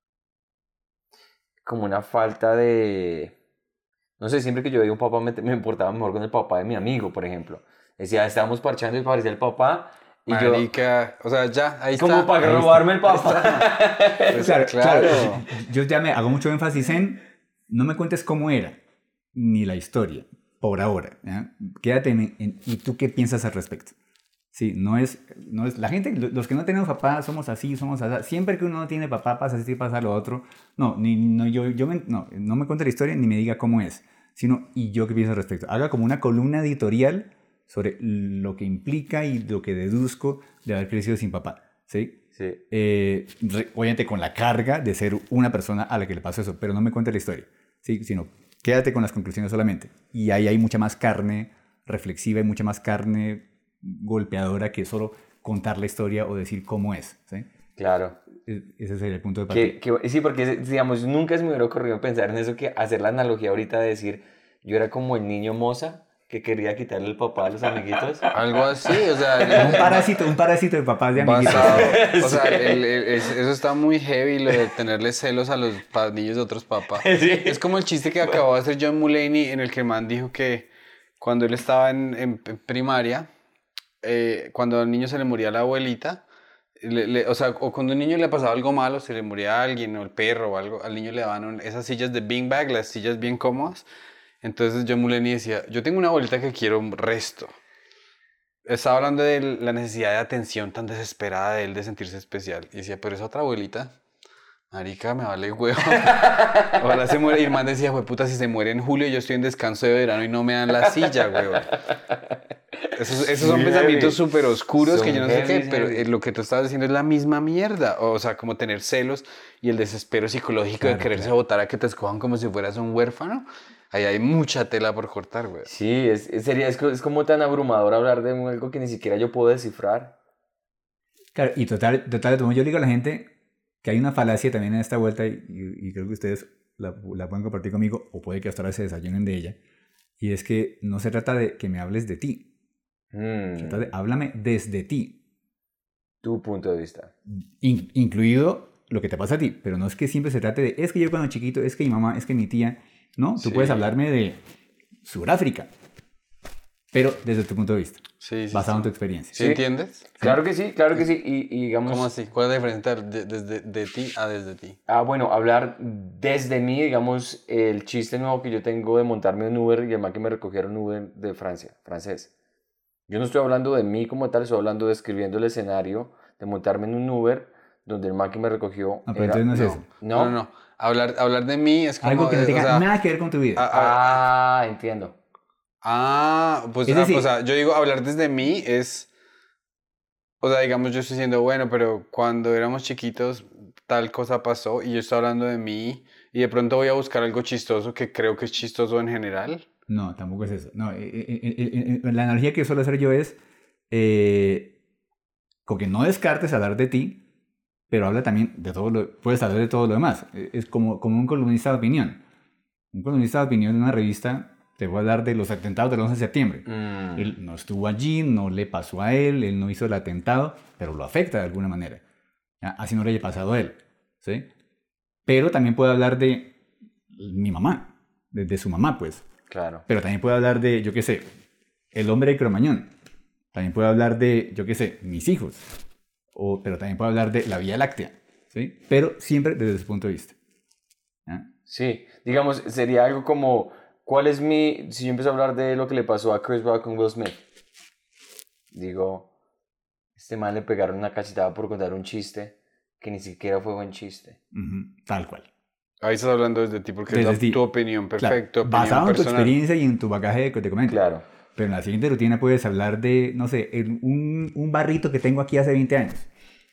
como una falta de, no sé, siempre que yo veía un papá me, me importaba mejor con el papá de mi amigo, por ejemplo. Decía, estábamos parchando y parecía el papá y yo Marica, o sea, ya, ahí como está. para ahí robarme el papá. Pues, Claro, claro. claro. Yo ya me hago mucho énfasis en no me cuentes cómo era, ni la historia, por ahora. ¿ya? Quédate en, en- ¿y tú qué piensas al respecto? Sí, no es, no es, la gente, lo- los que no tenemos papá somos así, somos así. Siempre que uno no tiene papá pasa así, pasa lo otro. No, ni, no, yo, yo me- no, no me cuente la historia ni me diga cómo es, sino ¿y yo qué pienso al respecto? Haga como una columna editorial sobre lo que implica y lo que deduzco de haber crecido sin papá, ¿sí? Sí. Eh, re- obviamente con la carga de ser una persona a la que le pasó eso, pero no me cuente la historia, ¿sí? Sino quédate con las conclusiones solamente. Y ahí hay mucha más carne reflexiva y mucha más carne golpeadora que solo contar la historia o decir cómo es, ¿sí? Claro. E- Ese sería el punto de partida. Que, que- sí, porque digamos, nunca se me hubiera ocurrido pensar en eso, que hacer la analogía ahorita de decir, yo era como el niño moza que quería quitarle el papá a los amiguitos. Algo así, o sea, Un parásito, un parásito de papás de amiguitos. basado, o sea, el- el- es- eso está muy heavy, lo de tenerle celos a los pa- niños de otros papás. Sí. Es como el chiste que acabó de hacer John Mulaney, en el que el man dijo que cuando él estaba en, en- en primaria, eh, cuando al niño se le moría la abuelita, le- le- o sea, o cuando a un niño le pasaba algo malo, se le moría a alguien, o el perro o algo, al niño le daban un- esas sillas de beanbag, las sillas bien cómodas. Entonces John Mulaney decía, yo tengo una abuelita que quiero un resto. Estaba hablando de la necesidad de atención tan desesperada de él de sentirse especial. Y decía, pero esa otra abuelita, marica, me vale huevo. Ojalá se muere. Y el man decía, güey, puta, si se muere en julio, yo estoy en descanso de verano y no me dan la silla, güey. Esos, esos son Muy pensamientos heavy. súper oscuros Son que yo no sé heavy, qué, pero heavy. eh, lo que tú estabas diciendo es la misma mierda. O sea, como tener celos y el desespero psicológico Claro, de quererse claro. botar a que te escojan como si fueras un huérfano. Ahí hay mucha tela por cortar, güey. Sí, es, es- sería, es, co- es como tan abrumador hablar de un- algo que ni siquiera yo puedo descifrar. Claro, y total, total, como yo le digo a la gente que hay una falacia también en esta vuelta y, y- y creo que ustedes la, la pueden compartir conmigo o puede que hasta ahora se desayunen de ella, y es que no se trata de que me hables de ti, Mm, se trata de háblame desde ti, tu punto de vista. in- incluido lo que te pasa a ti, pero no es que siempre se trate de, es que yo cuando chiquito, es que mi mamá, es que mi tía, no, tú Sí. puedes hablarme de Sudáfrica, pero desde tu punto de vista, Sí, sí, basado sí. en tu experiencia. ¿Sí Sí. entiendes? Claro que sí, claro que sí. Y, y digamos, ¿Cómo así? ¿Cuál es la diferencia de- desde de ti a desde ti? ah, bueno, hablar desde mí, digamos, el chiste nuevo que yo tengo de montarme en Uber y el man que me recogieron en Uber de Francia, francés. Yo no estoy hablando de mí como tal, estoy hablando de escribiendo el escenario, de montarme en un Uber donde el man que me recogió Ah, pero era... entonces no es eso. ¿No? No, no, no. Hablar, hablar de mí es como... Algo que no eh, tenga o sea, nada que ver con tu vida. ah, ah, Ah, entiendo. ah, pues, Es ah, decir- o sea, yo digo hablar desde mí es... O sea, digamos, yo estoy diciendo, bueno, pero cuando éramos chiquitos tal cosa pasó y yo estoy hablando de mí y de pronto voy a buscar algo chistoso que creo que es chistoso en general. No, tampoco es eso. No, eh, eh, eh, eh, eh, la analogía que suelo hacer yo es eh, con que no descartes hablar de ti, pero habla también de todo lo, puedes hablar de todo lo demás. Eh, Es como, como un columnista de opinión. Un columnista de opinión en una revista te voy a hablar de los atentados del once de septiembre. Mm. Él no estuvo allí, no le pasó a él, él no hizo el atentado, pero lo afecta de alguna manera. ¿Ya? Así no le haya pasado a él. ¿Sí? Pero también puede hablar de mi mamá, de, de su mamá, pues. Claro. Pero también puedo hablar de, yo qué sé, el hombre de Cromañón. También puedo hablar de, yo qué sé, mis hijos. O, pero también puedo hablar de la Vía Láctea. ¿Sí? Pero siempre desde su punto de vista. ¿Ya? Sí, digamos, sería algo como, ¿cuál es mi, si yo empiezo a hablar de lo que le pasó a Chris Rock con Will Smith? Digo, este man le pegaron una cachetada por contar un chiste que ni siquiera fue buen chiste. Ujú, tal cual. Ahí estás hablando desde ti porque Desde es la- ti. tu opinión, Claro, perfecto. opinión basado en tu personal. experiencia y en tu bagaje de que te comento. Claro. Pero en la siguiente rutina puedes hablar de, no sé, el- un, un barrito que tengo aquí hace veinte años.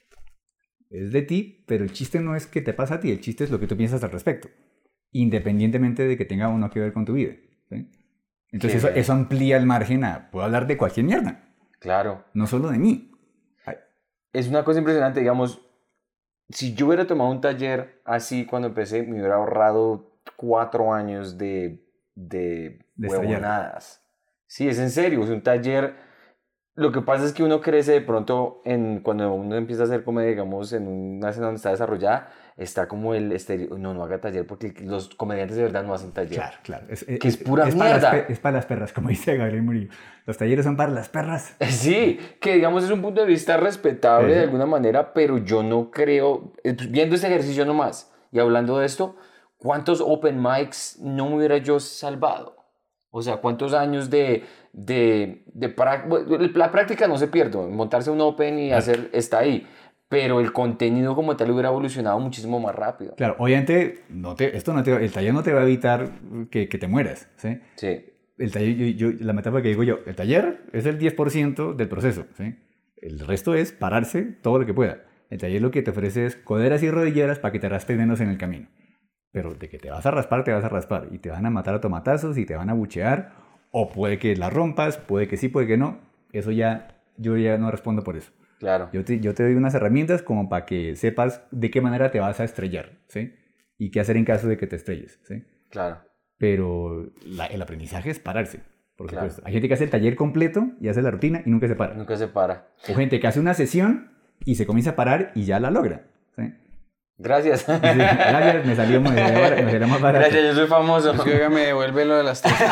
Es de ti, pero el chiste no es que te pasa a ti, el chiste es lo que tú piensas al respecto, independientemente de que tenga o no que ver con tu vida. ¿Sí? Entonces eso, eso amplía el margen a, puedo hablar de cualquier mierda, Claro. no solo de mí. Ay, Es una cosa impresionante, digamos, si yo hubiera tomado un taller así cuando empecé, me hubiera ahorrado cuatro años de, de De estallar. huevonadas. Sí, es en serio, es un taller. Lo que pasa es que uno crece de pronto en, cuando uno empieza a hacer comedia, digamos, en una escena donde está desarrollada, está como el estereo, no, no haga taller porque los comediantes de verdad no hacen taller. Claro, claro. Es, Que es pura para las mierda. pe- es para las perras, como dice Gabriel Murillo. Los talleres son para las perras. Sí, que digamos es un punto de vista respetable Sí. de alguna manera, pero yo no creo, eh, pues, viendo ese ejercicio nomás y hablando de esto, ¿cuántos open mics no me hubiera yo salvado? O sea, ¿cuántos años de, de, de prac- bueno, la práctica no se pierde, montarse un open y hacer, está ahí, pero el contenido como tal hubiera evolucionado muchísimo más rápido. Claro, obviamente, no te, esto no te, va- el taller no te va a evitar que, que te mueras, ¿sí? Sí, El taller, yo, yo- la metáfora que digo yo, el taller es el diez por ciento del proceso, ¿sí? El resto es pararse todo lo que pueda. El taller lo que te ofrece es coderas y rodilleras para que te raspes menos en el camino. Pero de que te vas a raspar, te vas a raspar. Y te van a matar a tomatazos y te van a buchear. O puede que la rompas, puede que sí, puede que no. Eso ya, yo ya no respondo por eso. claro. Yo te, yo te doy unas herramientas como para que sepas de qué manera te vas a estrellar, ¿sí? Y qué hacer en caso de que te estrelles, ¿sí? Claro. Pero la- el aprendizaje es pararse, por Claro. supuesto. Hay gente que hace el taller completo y hace la rutina y nunca se para. Nunca se para. O gente que hace una sesión y se comienza a parar y ya la logra, ¿sí? Gracias. Y dice, gracias, me salió, muy- me salió- me salió más barato. Gracias, yo soy famoso. Es que oiga, me devuelve lo de las tres.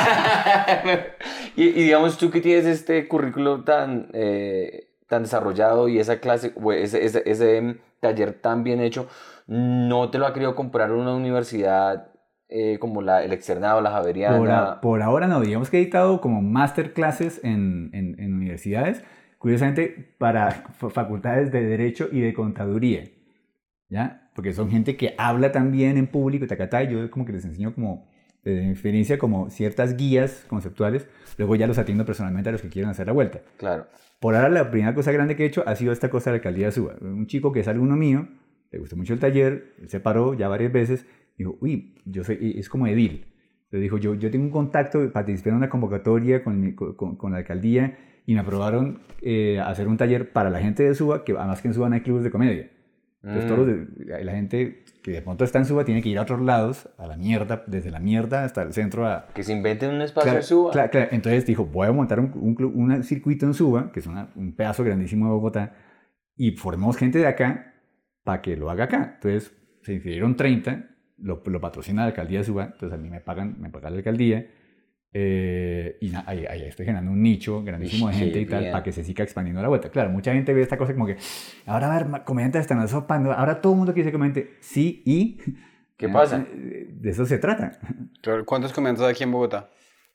y, y digamos, tú que tienes este currículo tan, eh, tan desarrollado y esa clase, o ese, ese, ese mm, taller tan bien hecho, ¿no te lo ha querido comprar una universidad eh, como la, el Externado, la Javeriana? Por, a- por ahora no, digamos que he dictado como masterclasses en, en, en universidades, curiosamente para fa- facultades de Derecho y de Contaduría, ¿ya? Porque son gente que habla también en público, tacatá, y yo como que les enseño como, desde mi experiencia, como ciertas guías conceptuales, luego ya los atiendo personalmente a los que quieren hacer la vuelta. Claro. Por ahora la primera cosa grande que he hecho ha sido esta cosa de la alcaldía de Suba. Un chico que es alumno mío, le gustó mucho el taller, él se paró ya varias veces, dijo, uy, yo soy, es como edil. Le dijo, yo, yo tengo un contacto, participé en una convocatoria con, mi- con, con la alcaldía y me aprobaron eh, hacer un taller para la gente de Suba, que además que en Suba no hay clubes de comedia. Entonces Mm. todos los de- la gente que de pronto está en Suba tiene que ir a otros lados, a la mierda, desde la mierda hasta el centro a, Que se inventen un espacio Claro, en Suba. claro, claro. Entonces dijo, voy a montar un, un, club- un circuito en Suba, que es una- un pedazo grandísimo de Bogotá, y formemos gente de acá para que lo haga acá. Entonces se inscribieron treinta, lo, lo patrocina la alcaldía de Suba, entonces a mí me pagan, me paga la alcaldía, eh, y na- ahí, ahí estoy generando un nicho grandísimo de Ish, gente qué y tal, bien. para que se siga expandiendo la vuelta. Claro, mucha gente ve esta cosa como que, ahora a ver, ma- comediantes están en la sopa, ¿no? Ahora todo el mundo quiere ser comediante. Sí, y... ¿Qué pasa? De eso se trata. Claro, ¿cuántos comediantes hay aquí en Bogotá?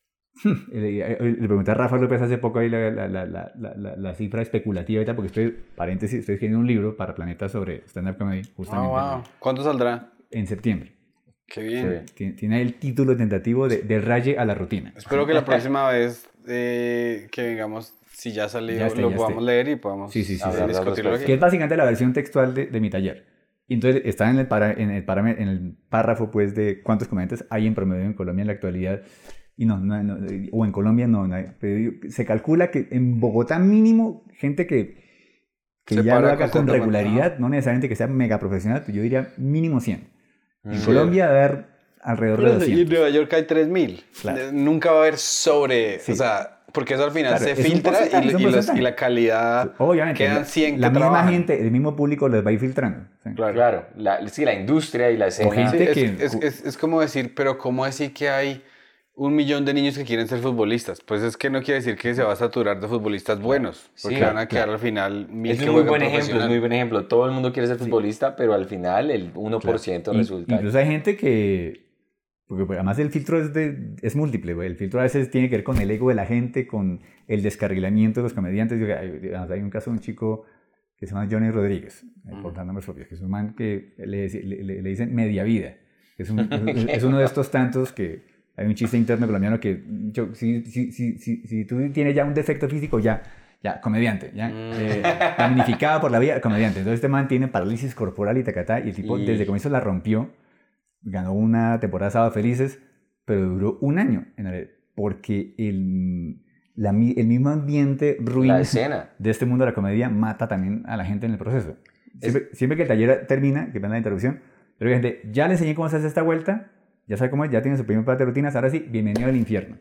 Le, le pregunté a Rafa López hace poco ahí la, la, la, la, la, la cifra especulativa y tal, porque estoy, paréntesis, estoy escribiendo un libro para Planeta sobre stand-up comedy, justamente Oh, wow. ¿Cuánto saldrá? en septiembre. Qué bien. Sí. Tiene, tiene el título tentativo de, de Raye a la rutina. Espero que la próxima vez eh, que vengamos, si ya salió, Ya esté, lo ya podamos esté. leer y podamos Sí, sí, sí, sí. discutirlo Sí. aquí. Que es básicamente la versión textual de, de mi taller. Y entonces está en el, para, en, el parame- en el párrafo pues, de cuántos comediantes hay en promedio en Colombia en la actualidad. Y no, no, no, o en Colombia no, no hay. Pero yo- se calcula que en Bogotá mínimo, gente que, que Se ya lo para haga con constantemente, regularidad, no necesariamente que sea mega profesional, yo diría mínimo cien. En Mm. Colombia debe haber alrededor de Pero y en doscientos. Nueva York hay tres mil. Claro. Eh, Nunca va a haber sobre, Sí. o sea, porque eso al final Claro, se es un filtra porcentaje, y, es un y los- porcentaje. y la calidad Obviamente, quedan la, cien la que misma trabajan. gente, el mismo público les va a ir filtrando. ¿sí? Claro. Claro, la, sí, la industria y la escena. gente- Sí, es, que- es, es, es como decir, pero ¿cómo decir que hay un millón de niños que quieren ser futbolistas? Pues es que no quiere decir que se va a saturar de futbolistas buenos, porque Sí, van a quedar al final mil Es que muy juegan buen ejemplo, es profesional. muy buen ejemplo. Todo el mundo quiere ser futbolista, pero al final el uno por ciento Claro. resulta. In- Incluso hay gente que... Porque pues, además el filtro es, de, es múltiple, güey. El filtro a veces tiene que ver con el ego de la gente, con el descarrilamiento de los comediantes. Yo- Hay, hay un caso de un chico que se llama Johnny Rodríguez, eh, por dar nombres propios, que es un man que le, le, le- le dicen media vida. Es, un- es- es uno de estos tantos que hay un chiste interno colombiano que yo, si, si, si, si, si tú tienes ya un defecto físico, ya, ya, comediante, ya, mm. eh, damnificado por la vida, comediante. Entonces este man tiene parálisis corporal y tacatá, y el tipo y... desde el comienzo la rompió, ganó una temporada de Sábado Felices, pero duró un año en el, porque el, la, el mismo ambiente ruin de este mundo de la comedia mata también a la gente en el proceso. Siempre, es... siempre que el taller termina, que ven la interrupción, pero gente, ya le enseñé cómo se hace esta vuelta, ya sabe cómo es, ya tiene su primer par de rutinas, ahora sí, bienvenido al infierno.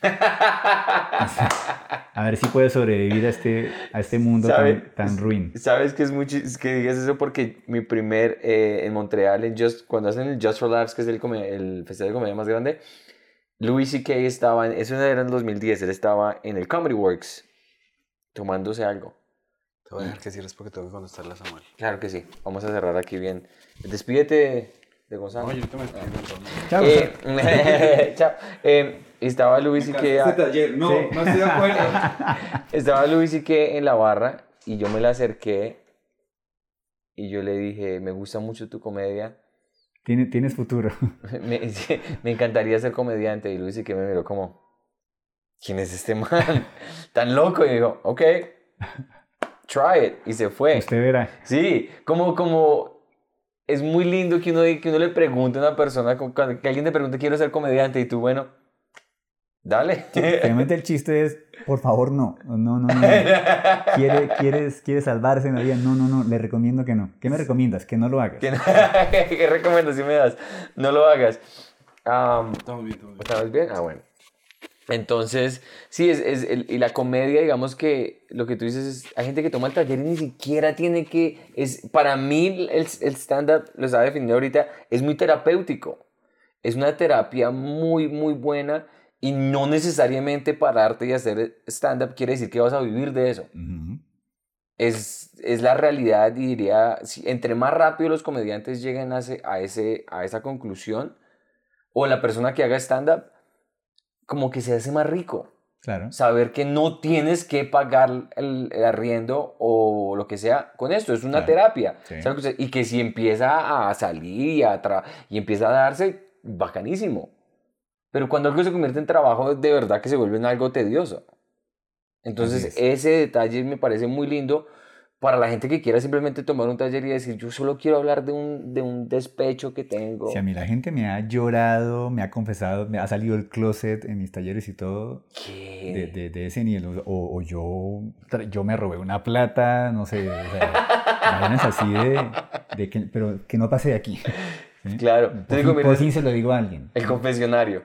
A ver si puede sobrevivir a este, a este mundo tan, tan ruin. Sabes que es muy chis- que digas eso porque mi primer, eh, en Montreal, en Just, cuando hacen el Just for Laughs, que es el, el festival de comedia más grande, Louis C K estaba, en, eso era en dos mil diez, él estaba en el Comedy Works, tomándose algo. Te voy a dejar que cierres porque tengo que contestarle a Samuel. Claro que sí, vamos a cerrar aquí bien. Despídete de Gonzalo. No, yo te me despido. Chao. Eh, chao. Eh, estaba Louis C K. Este taller. No, sí. no estoy de acuerdo. Estaba Louis C K en la barra y yo me la acerqué y yo le dije, me gusta mucho tu comedia. Tienes, tienes futuro. Me, me encantaría ser comediante. Y Louis C K me miró como, ¿quién es este man? Tan loco. Y dijo, ok, try it. Y se fue. Usted verá. Sí, como, como es muy lindo que uno, que uno le pregunte a una persona, que alguien te pregunte, quiero ser comediante, y tú, bueno, dale. Realmente el chiste es, por favor, no. No, no, no. no. ¿Quiere, quieres, ¿Quieres salvarse en la vida? No, no, no. Le recomiendo que no. ¿Qué me recomiendas? Que no lo hagas. ¿Qué, no? ¿Qué recomendación me das? No lo hagas. Um, estamos bien, estamos bien. ¿Estamos bien? Ah, bueno. Entonces, sí, es, es el, y la comedia, digamos que lo que tú dices es, hay gente que toma el taller y ni siquiera tiene que, es, para mí el, el stand-up, lo estaba definiendo ahorita, es muy terapéutico, es una terapia muy, muy buena y no necesariamente pararte y hacer stand-up quiere decir que vas a vivir de eso. Uh-huh. Es, es la realidad y diría, si, entre más rápido los comediantes lleguen a, ese, a, ese, a esa conclusión, o la persona que haga stand-up, como que se hace más rico. Claro. Saber que no tienes que pagar el, el arriendo o lo que sea con esto. Es una claro. terapia. Sí. ¿Sabes? Y que si empieza a salir y, a tra- y empieza a darse, bacanísimo. Pero cuando algo se convierte en trabajo, de verdad que se vuelve en algo tedioso. Entonces, ese detalle me parece muy lindo para la gente que quiera simplemente tomar un taller y decir, yo solo quiero hablar de un, de un despecho que tengo. Si a mí la gente me ha llorado, me ha confesado, me ha salido el closet en mis talleres y todo. ¿Qué? De, de, de ese nivel. O, o yo, yo me robé una plata, no sé. O sea, imagínense así de, de que, pero que no pase de aquí. ¿Sí? Claro. Por, Te digo, fin, mira, por fin se lo digo a alguien. El confesionario.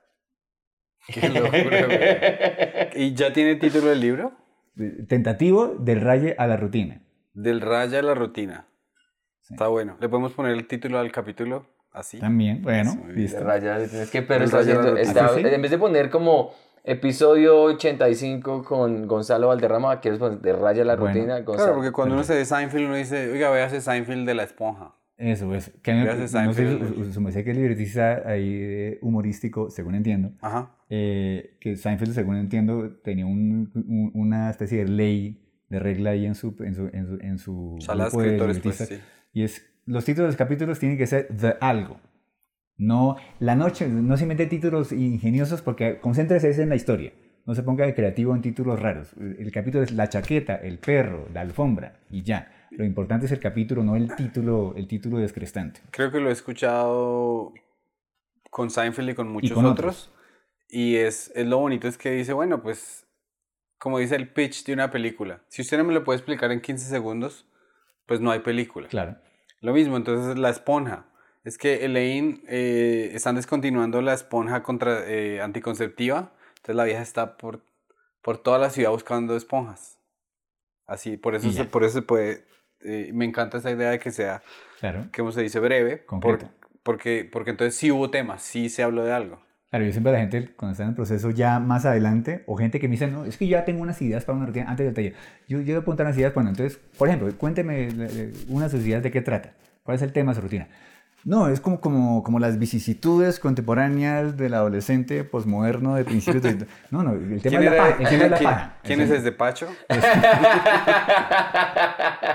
Qué locura, güey. ¿Y ya tiene título el libro? Tentativo del raye a la rutina. Del raye a la rutina. Sí. Está bueno. ¿Le podemos poner el título al capítulo así? También, bueno. Sí, listo. De raye, es que pero está raye haciendo, está, ¿Ah, sí? en vez de poner como episodio ochenta y cinco con Gonzalo Valderrama, quieres poner de raye a la bueno, rutina. Gonzalo. Claro, porque cuando uno se ve Seinfeld, uno dice, oiga, véase Seinfeld de la esponja. Eso, eso. Que no, no sé, su merced que es libretista ahí humorístico, según entiendo. Ajá. Eh, que Seinfeld, según entiendo, tenía un, un, una especie de ley, de regla ahí en su, en su, en su, en su Salas grupo de libretistas. Pues, sí. Y es, los títulos de los capítulos tienen que ser de algo. No, la noche, no se invente títulos ingeniosos porque concéntrese en la historia. No se ponga de creativo en títulos raros. El capítulo es la chaqueta, el perro, la alfombra y ya. Lo importante es el capítulo, no el título, el título descrestante. Creo que lo he escuchado con Seinfeld y con muchos y con otros. otros. Y es, es lo bonito es que dice, bueno, pues, como dice el pitch de una película. Si usted no me lo puede explicar en quince segundos, pues no hay película. Claro. Lo mismo, entonces la esponja. Es que Elaine, eh, están descontinuando la esponja contra, eh, anticonceptiva. Entonces la vieja está por, por toda la ciudad buscando esponjas. Así, por eso, se, por eso se puede... Eh, me encanta esa idea de que sea, claro, ¿cómo se dice? Breve. Por, porque, porque entonces sí hubo temas, sí se habló de algo. Claro, yo siempre a la gente, cuando está en el proceso ya más adelante, o gente que me dice, no, es que yo ya tengo unas ideas para una rutina antes del taller. Yo, yo voy a apuntar unas ideas, bueno, entonces, por ejemplo, cuénteme una de sus ideas de qué trata. ¿Cuál es el tema de su rutina? No, es como, como, como las vicisitudes contemporáneas del adolescente posmoderno de principios de... No, no, el tema es la paja. El tema es la paja. ¿Quién es desde Pacho?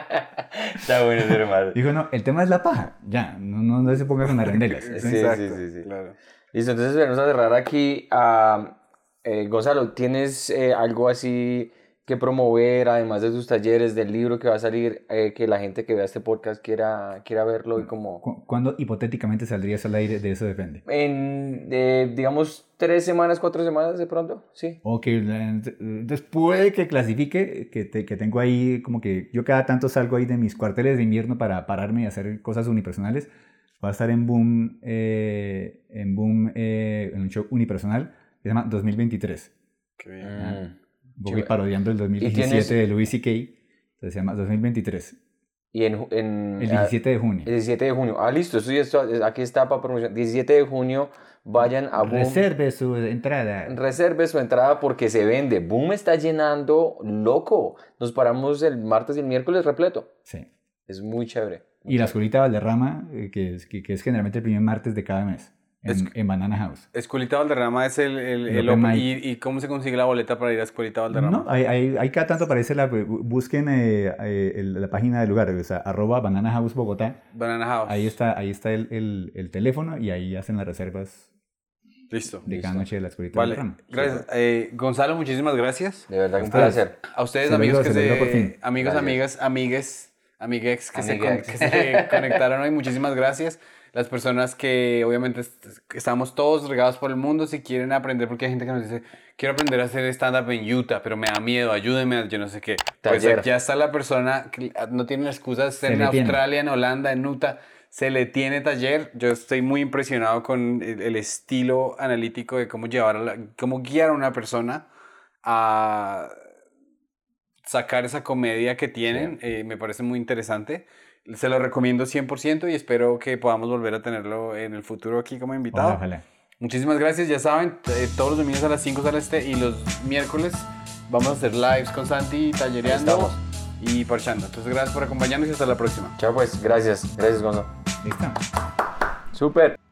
Está bueno ser malo. Dijo, no, el tema es la paja. Ya, no, no, no se ponga con arendelas. Sí, Exacto, sí, sí, sí. claro. Listo, entonces vamos a cerrar aquí. a eh, Gonzalo, ¿tienes eh, algo así que promover, además de tus talleres, del libro que va a salir, eh, que la gente que vea este podcast quiera, quiera verlo y como... ¿Cu- ¿Cuándo hipotéticamente saldrías al aire? De eso depende. En, eh, digamos, tres semanas, cuatro semanas de pronto, ¿sí? Ok, entonces puede que clasifique, que, te- que tengo ahí como que yo cada tanto salgo ahí de mis cuarteles de invierno para pararme y hacer cosas unipersonales. Va a estar en Boom, eh, en Boom, eh, en un show unipersonal que se llama dos mil veintitrés. Qué bien. Mm. Voy Chiva. parodiando el dos mil diecisiete tienes- de Louis C K. Entonces se llama dos mil veintitrés. Y en, en, El ah, diecisiete de junio. el diecisiete de junio. Ah, listo, esto ya está, aquí está para promoción. diecisiete de junio, vayan a Boom. Reserve su entrada. Reserve su entrada porque se vende. Boom está llenando loco. Nos paramos el martes y el miércoles repleto. Sí. Es muy chévere. Y la escuelita Valderrama, eh, que es, que, que es generalmente el primer martes de cada mes. En, Es- en Banana House. Escuelita Valderrama es el, el, El el open open- mic. ¿Y, ¿Y cómo se consigue la boleta para ir a Escuelita Valderrama? No, hay, hay, hay cada tanto aparece la... Busquen eh, eh, el- la página del lugar, o sea, arroba Banana House Bogotá. Banana House. Ahí está, ahí está el, el, el teléfono y ahí hacen las reservas Listo. de cada Listo. noche de la escuelita Vale, Valderrama. gracias. Eh, Gonzalo, muchísimas gracias. De verdad, un Ustedes. placer. A ustedes, Se amigos, logró, que se logró por se... fin. Amigos, Gracias. amigas, amigues, amiguex que, se, con- Amiguex. que se conectaron hoy, muchísimas gracias. Las personas que obviamente est- estamos todos regados por el mundo, si quieren aprender, porque hay gente que nos dice, quiero aprender a hacer stand-up en Utah, pero me da miedo, ayúdenme, yo no sé qué. Pues Taller. aquí ya está la persona que no tiene la excusa de estar Se en le tiene. Australia, en Holanda, en Utah. Se le tiene taller. Yo estoy muy impresionado con el, el estilo analítico de cómo llevar, a la- cómo guiar a una persona a sacar esa comedia que tienen. Eh, me parece muy interesante. Se lo recomiendo cien por ciento y espero que podamos volver a tenerlo en el futuro aquí como invitado. Ojalá, ojalá. Muchísimas gracias. Ya saben, eh, todos los domingos a las cinco sale este y los miércoles vamos a hacer lives con Santi, tallereando estamos. y parchando. Entonces, gracias por acompañarnos y hasta la próxima. Chao pues, gracias. Gracias, Gonzalo. Listo. Súper.